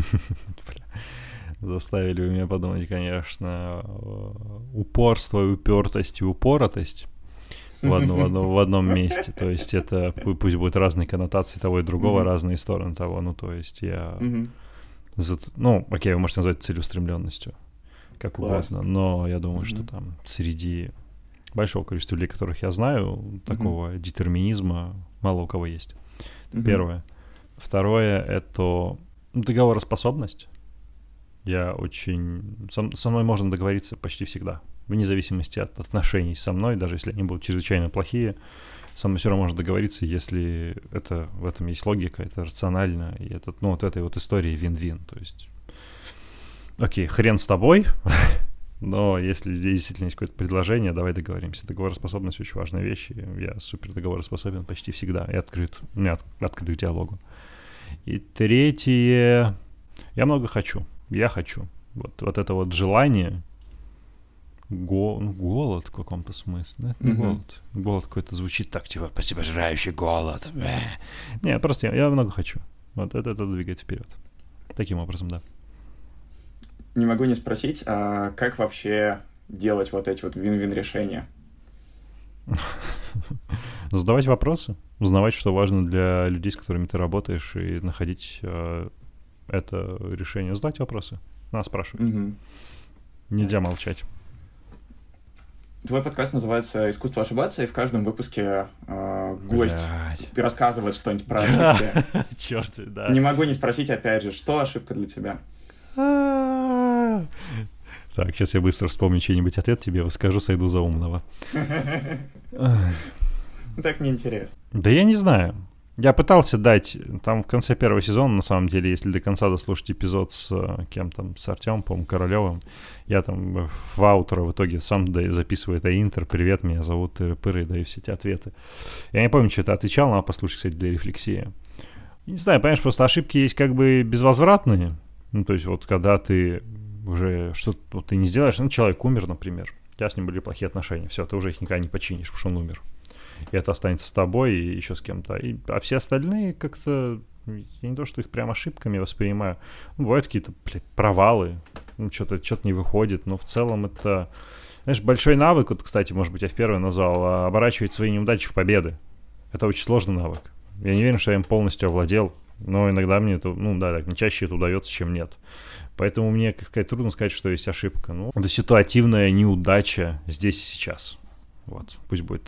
S1: Заставили вы меня подумать, конечно, упорство, упертость и упоротость. В одном, в, одном, в одном месте. То есть это пусть будут разные коннотации того и другого, mm-hmm. разные стороны того. Ну, то есть я... Mm-hmm. За, ну, окей, вы можете назвать целеустремленностью, как Класс. Угодно, но я думаю, mm-hmm. что там среди большого количества людей, которых я знаю, mm-hmm. такого детерминизма мало у кого есть. Mm-hmm. Первое. Второе — это договороспособность. Я очень... Со, со мной можно договориться почти всегда. Вне зависимости от отношений со мной, даже если они будут чрезвычайно плохие, со мной все равно можно договориться, если это, в этом есть логика, это рационально, и это, ну, вот этой вот истории вин-вин. То есть, окей, хрен с тобой, но если здесь действительно есть какое-то предложение, давай договоримся. Договороспособность — очень важная вещь, и я супер договороспособен почти всегда, и открыт, у меня от, открыт к диалогу. И третье, я много хочу, я хочу. Вот, вот это вот желание... Гол, ну, голод в каком-то смысле. Да? Это не mm-hmm. голод. Голод какой-то звучит так, типа, посебожирающий голод. Нет, просто я, я много хочу. Вот это, это двигает вперед. Таким образом, да.
S2: Не могу не спросить, а как вообще делать вот эти вот вин-вин решения?
S1: Задавать вопросы, узнавать, что важно для людей, с которыми ты работаешь, и находить э, это решение. Задать вопросы. Надо спрашивать. Mm-hmm. Нельзя молчать.
S2: Твой подкаст называется «Искусство ошибаться», и в каждом выпуске э, гость Блядь. рассказывает что-нибудь про ошибки.
S1: Черт, да.
S2: Не могу не спросить, опять же, что ошибка для тебя?
S1: Так, сейчас я быстро вспомню чей-нибудь ответ тебе, скажу, сойду за умного.
S2: Так неинтересно.
S1: Да я не знаю. Я пытался дать, там в конце первого сезона, на самом деле, если до конца дослушать эпизод с кем там, с Артемом, по-моему, Королевым, я там в аутро в итоге сам записываю это интро, привет, меня зовут Тыры-Пыры, и даю все эти ответы. Я не помню, что это отвечал, надо послушать, кстати, для рефлексии. Не знаю, понимаешь, просто ошибки есть как бы безвозвратные, ну, то есть вот когда ты уже что-то вот, ты не сделаешь, ну, человек умер, например, у тебя с ним были плохие отношения, все, ты уже их никогда не починишь, потому что он умер. И это останется с тобой и еще с кем-то. И, а все остальные как-то... Я не то, что их прям ошибками воспринимаю. Ну, бывают какие-то, блядь, провалы. Ну, что-то, что-то не выходит. Но в целом это... Знаешь, большой навык, вот, кстати, может быть, я в первый назвал, оборачивать свои неудачи в победы. Это очень сложный навык. Я не уверен, что я им полностью овладел. Но иногда мне это... Ну, да, так, не чаще это удается, чем нет. Поэтому мне, как сказать, трудно сказать, что есть ошибка. Ну, это ситуативная неудача здесь и сейчас. Вот, пусть будет так.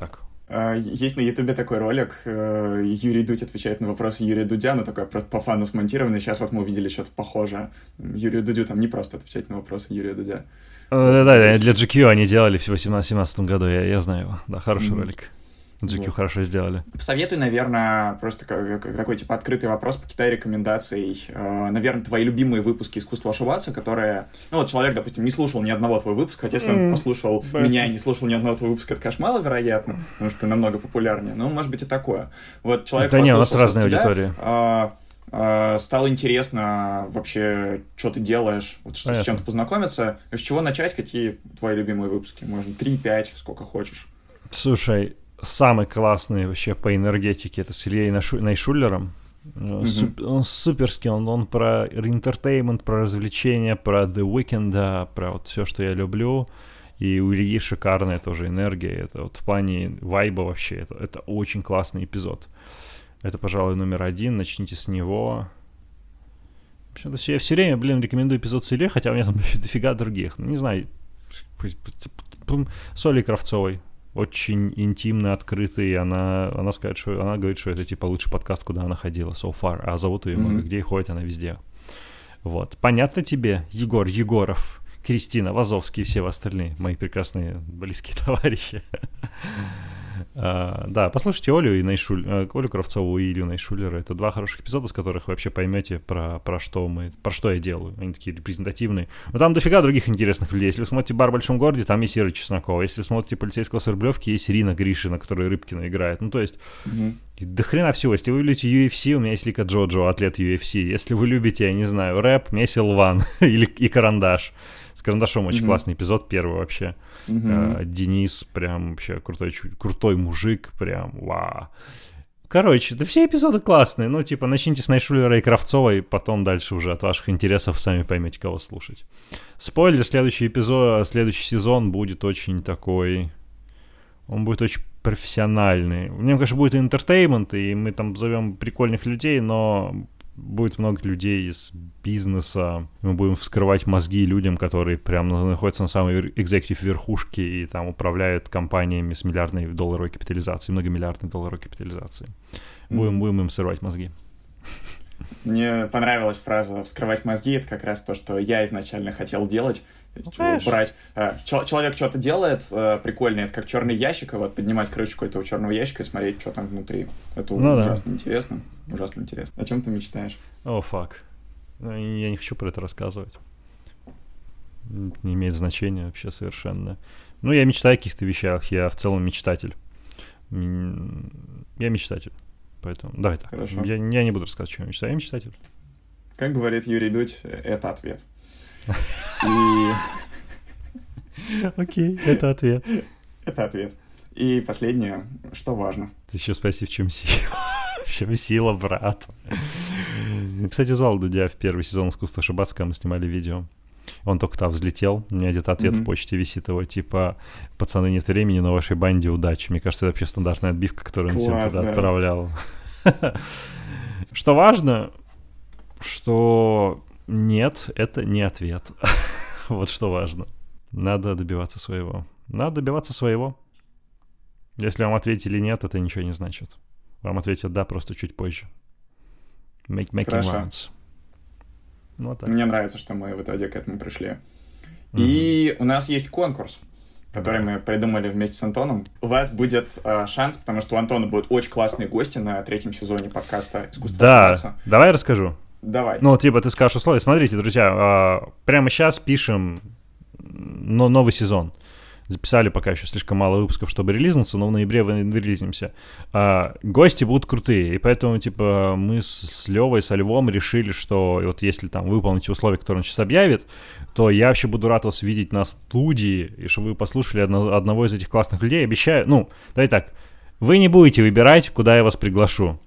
S2: Есть на Ютубе такой ролик, Юрий Дудь отвечает на вопросы Юрия Дудя, но такой просто по фану смонтированный. Сейчас вот мы увидели что-то похожее. Юрию Дудю там не просто отвечать на вопросы Юрия Дудя.
S1: Да, да, для джи кью они делали в восемнадцатом году, я, я знаю его. Да, хороший mm-hmm. ролик. джи кью вот. Хорошо сделали.
S2: Посоветуй, наверное, просто такой типа открытый вопрос, покидай рекомендаций. Наверное, твои любимые выпуски «Искусства ошибаться», которые... Ну вот человек, допустим, не слушал ни одного твоего выпуска, хотя если он послушал mm. меня и не слушал ни одного твоего выпуска, это, конечно, маловероятно, потому что ты намного популярнее. Но может быть и такое. Вот человек
S1: да
S2: послушал,
S1: не, у нас разная
S2: тебя,
S1: аудитория.
S2: А, а, стало интересно вообще, что ты делаешь, вот, что, с чем ты познакомиться. С чего начать? Какие твои любимые выпуски? Можно три, пять, сколько хочешь.
S1: Слушай... Самый классный вообще по энергетике это с Ильей Найшулером. Mm-hmm. Суп, он суперский, он, он про интертеймент, про развлечения, про The Weeknd, про вот все, что я люблю. И у Ильи шикарная тоже энергия. Это вот в плане вайба вообще, это, это очень классный эпизод. Это, пожалуй, номер один, начните с него. Почему-то я все время, блин, рекомендую эпизод с Ильей, хотя у меня там дофига других. Ну, не знаю, с Олей Кравцовой. Очень интимно, открытый, она, она, скажет, что, она говорит, что это типа лучший подкаст, куда она ходила so far, а зовут ее много, mm-hmm. где и ходит она везде. Вот. Понятно тебе, Егор Егоров, Кристина Вазовский и все остальные мои прекрасные близкие товарищи. Uh, да, послушайте Олю и Найшуль, uh, Олю Кравцову и Илью Найшулера. Это два хороших эпизода, с которых вы вообще поймете, про, про, что мы, про что я делаю. Они такие репрезентативные. Но там дофига других интересных людей. Если вы смотрите «Бар в большом городе», там есть Ира Чеснокова. Если вы смотрите «Полицейского с Рублевки», есть Ирина Гришина, которая Рыбкина играет. Ну, то есть, mm-hmm. до хрена всего. Если вы любите ю эф си, у меня есть Лика Джоджо, атлет ю эф си. Если вы любите, я не знаю, рэп, у меня есть Силван или и Карандаш. С Карандашом очень mm-hmm. классный эпизод, первый вообще. Mm-hmm. Uh, Денис прям вообще крутой, крутой мужик, прям вау. Короче, да все эпизоды классные, ну типа начните с Найшулера и Кравцовой, потом дальше уже от ваших интересов сами поймете, кого слушать. Спойлер, следующий эпизод, следующий сезон будет очень такой, он будет очень профессиональный. В нем, конечно, будет интертеймент, и мы там зовем прикольных людей, но будет много людей из бизнеса. Мы будем вскрывать мозги людям, которые прям находятся на самой экзекутив верхушке и там управляют компаниями с миллиардной долларовой капитализацией, многомиллиардной долларовой капитализацией. Будем, mm. будем им срывать мозги.
S2: Мне понравилась фраза «вскрывать мозги». Это как раз то, что я изначально хотел делать. Ну, брать. Человек что-то делает прикольно, это как черный ящик, и вот поднимать крышку этого черного ящика и смотреть, что там внутри. Это ну, ужасно да. интересно. Ужасно интересно. О чем ты мечтаешь?
S1: О, фак. Я не хочу про это рассказывать. Не имеет значения вообще совершенно. Ну, я мечтаю о каких-то вещах. Я в целом мечтатель. Я мечтатель. Поэтому давай так.
S2: Хорошо.
S1: Я, я не буду рассказывать, что я мечтаю. Я мечтатель.
S2: Как говорит Юрий Дудь, это ответ. И...
S1: Окей, это ответ.
S2: Это ответ. И последнее, что важно.
S1: Ты еще спроси, в чем сила. В чем сила, брат. Кстати, звал Дудя в первый сезон «Искусства ошибаться», когда мы снимали видео. Он только там взлетел. У меня где-то ответ mm-hmm. в почте висит его, типа, пацаны, нет времени, но вашей банде удачи. Мне кажется, это вообще стандартная отбивка, которую он всем туда да. отправлял. Что важно, что нет, это не ответ. Вот что важно. Надо добиваться своего. Надо добиваться своего. Если вам ответили нет, это ничего не значит. Вам ответят да, просто чуть позже. Make, making rounds. Ну, вот так. Мне
S2: нравится, что мы в итоге к этому пришли. Mm-hmm. И у нас есть конкурс, который мы придумали вместе с Антоном. У вас будет э, шанс, потому что у Антона будут очень классные гости на третьем сезоне подкаста «Искусство
S1: да.
S2: ошибаться».
S1: Давай я расскажу.
S2: Давай.
S1: Ну, типа, ты скажешь условия. Смотрите, друзья, э, прямо сейчас пишем но, новый сезон. Записали пока еще слишком мало выпусков, чтобы релизнуться, но в ноябре релизнимся. А, гости будут крутые, и поэтому, типа, мы с, с Левой, со Львом решили, что вот если там выполните условия, которые он сейчас объявит, то я вообще буду рад вас видеть на студии, и чтобы вы послушали одно, одного из этих классных людей. Обещаю, ну, давай так, вы не будете выбирать, куда я вас приглашу.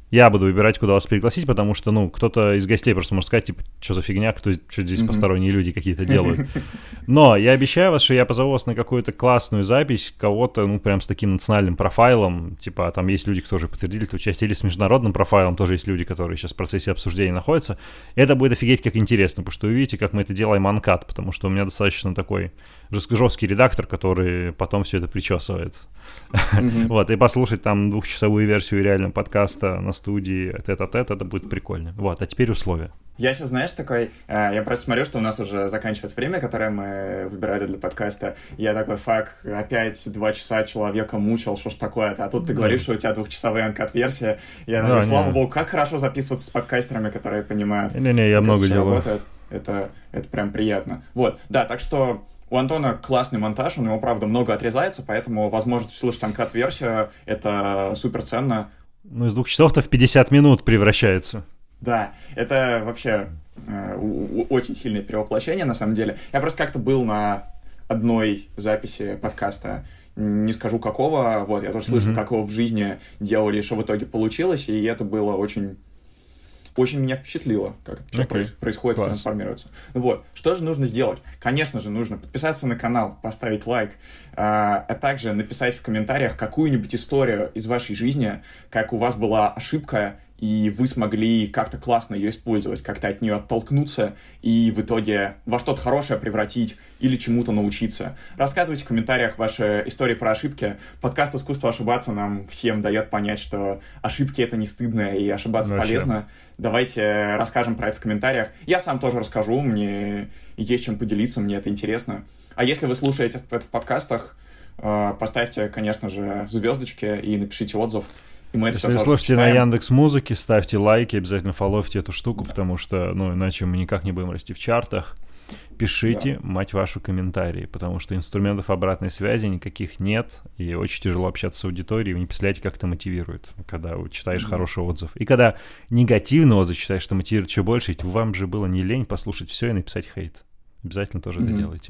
S1: Я буду выбирать, куда вас пригласить, потому что, ну, кто-то из гостей просто может сказать, типа, что за фигня, кто, что здесь mm-hmm. посторонние люди какие-то делают. Но я обещаю вас, что я позову вас на какую-то классную запись кого-то, ну, прям с таким национальным профайлом, типа, там есть люди, кто уже подтвердили это участие, или с международным профайлом, тоже есть люди, которые сейчас в процессе обсуждения находятся. Это будет офигеть как интересно, потому что вы увидите, как мы это делаем анкат, потому что у меня достаточно такой жесткий редактор, который потом все это причесывает. Mm-hmm. Вот, и послушать там двухчасовую версию реально подкаста на студии тет-а-тет, это будет прикольно. Вот, а теперь условия.
S2: Я сейчас, знаешь, такой, э, я просто смотрю, что у нас уже заканчивается время, которое мы выбирали для подкаста. Я такой, фак, опять два часа человека мучил, что ж такое-то, а тут ты говоришь, что у тебя двухчасовая анкат-версия. Я такой, слава богу, как хорошо записываться с подкастерами, которые понимают.
S1: Не-не, я много делаю.
S2: Это, это прям приятно. Вот, да, так что у Антона классный монтаж, у него, правда, много отрезается, поэтому возможность слушать анкат-версию — это супер ценно.
S1: Ну, из двух часов-то в пятьдесят минут превращается.
S2: Да, это вообще э, очень сильное перевоплощение, на самом деле. Я просто как-то был на одной записи подкаста, не скажу какого, вот, я тоже слышал, mm-hmm. как его в жизни делали, что в итоге получилось, и это было очень... Очень меня впечатлило, как это okay. происходит, Класс. Трансформируется. Ну вот, что же нужно сделать? Конечно же, нужно подписаться на канал, поставить лайк, а, а также написать в комментариях какую-нибудь историю из вашей жизни, как у вас была ошибка, и вы смогли как-то классно ее использовать, как-то от нее оттолкнуться и в итоге во что-то хорошее превратить или чему-то научиться. Рассказывайте в комментариях ваши истории про ошибки. Подкаст «Искусство ошибаться» нам всем дает понять, что ошибки — это не стыдно и ошибаться Вообще. полезно. Давайте расскажем про это в комментариях. Я сам тоже расскажу, мне есть чем поделиться, мне это интересно. А если вы слушаете это в подкастах, поставьте, конечно же, звездочки и напишите отзыв. И мы это
S1: Если слушайте на Яндекс.Музыке, ставьте лайки, обязательно фолловьте эту штуку, да. потому что, ну, иначе мы никак не будем расти в чартах. Пишите, да. мать вашу, комментарии, потому что инструментов обратной связи никаких нет, и очень тяжело общаться с аудиторией. Вы не представляете, как это мотивирует, когда вот читаешь mm-hmm. хороший отзыв. И когда негативный отзыв читаешь, что мотивирует еще больше, ведь вам же было не лень послушать все и написать хейт. Обязательно тоже mm-hmm. это делайте.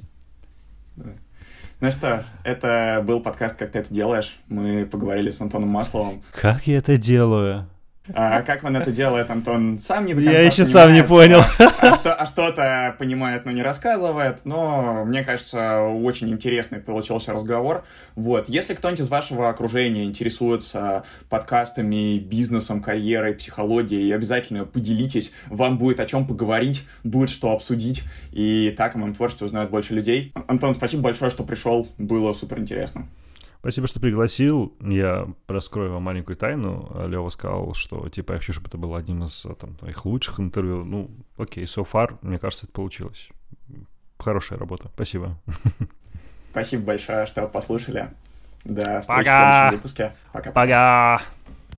S2: Да. Ну что, это был подкаст «Как ты это делаешь». Мы поговорили с Антоном Масловым.
S1: Как я это делаю?
S2: А как он это делает, Антон сам не до конца
S1: Я еще
S2: понимает,
S1: сам не понял.
S2: А, что, а что-то понимает, но не рассказывает. Но, мне кажется, очень интересный получился разговор. Вот. Если кто-нибудь из вашего окружения интересуется подкастами, бизнесом, карьерой, психологией, обязательно поделитесь. Вам будет о чем поговорить, будет что обсудить. И так о моем творчестве узнают больше людей. Антон, спасибо большое, что пришел. Было супер интересно.
S1: Спасибо, что пригласил. Я раскрою вам маленькую тайну. Лёва сказал, что типа я хочу, чтобы это было одним из там, твоих лучших интервью. Ну, окей, so far, мне кажется, это получилось. Хорошая работа. Спасибо.
S2: Спасибо большое, что послушали. До встречи
S1: Пока.
S2: в следующем выпуске. Пока-пока.
S1: Пока.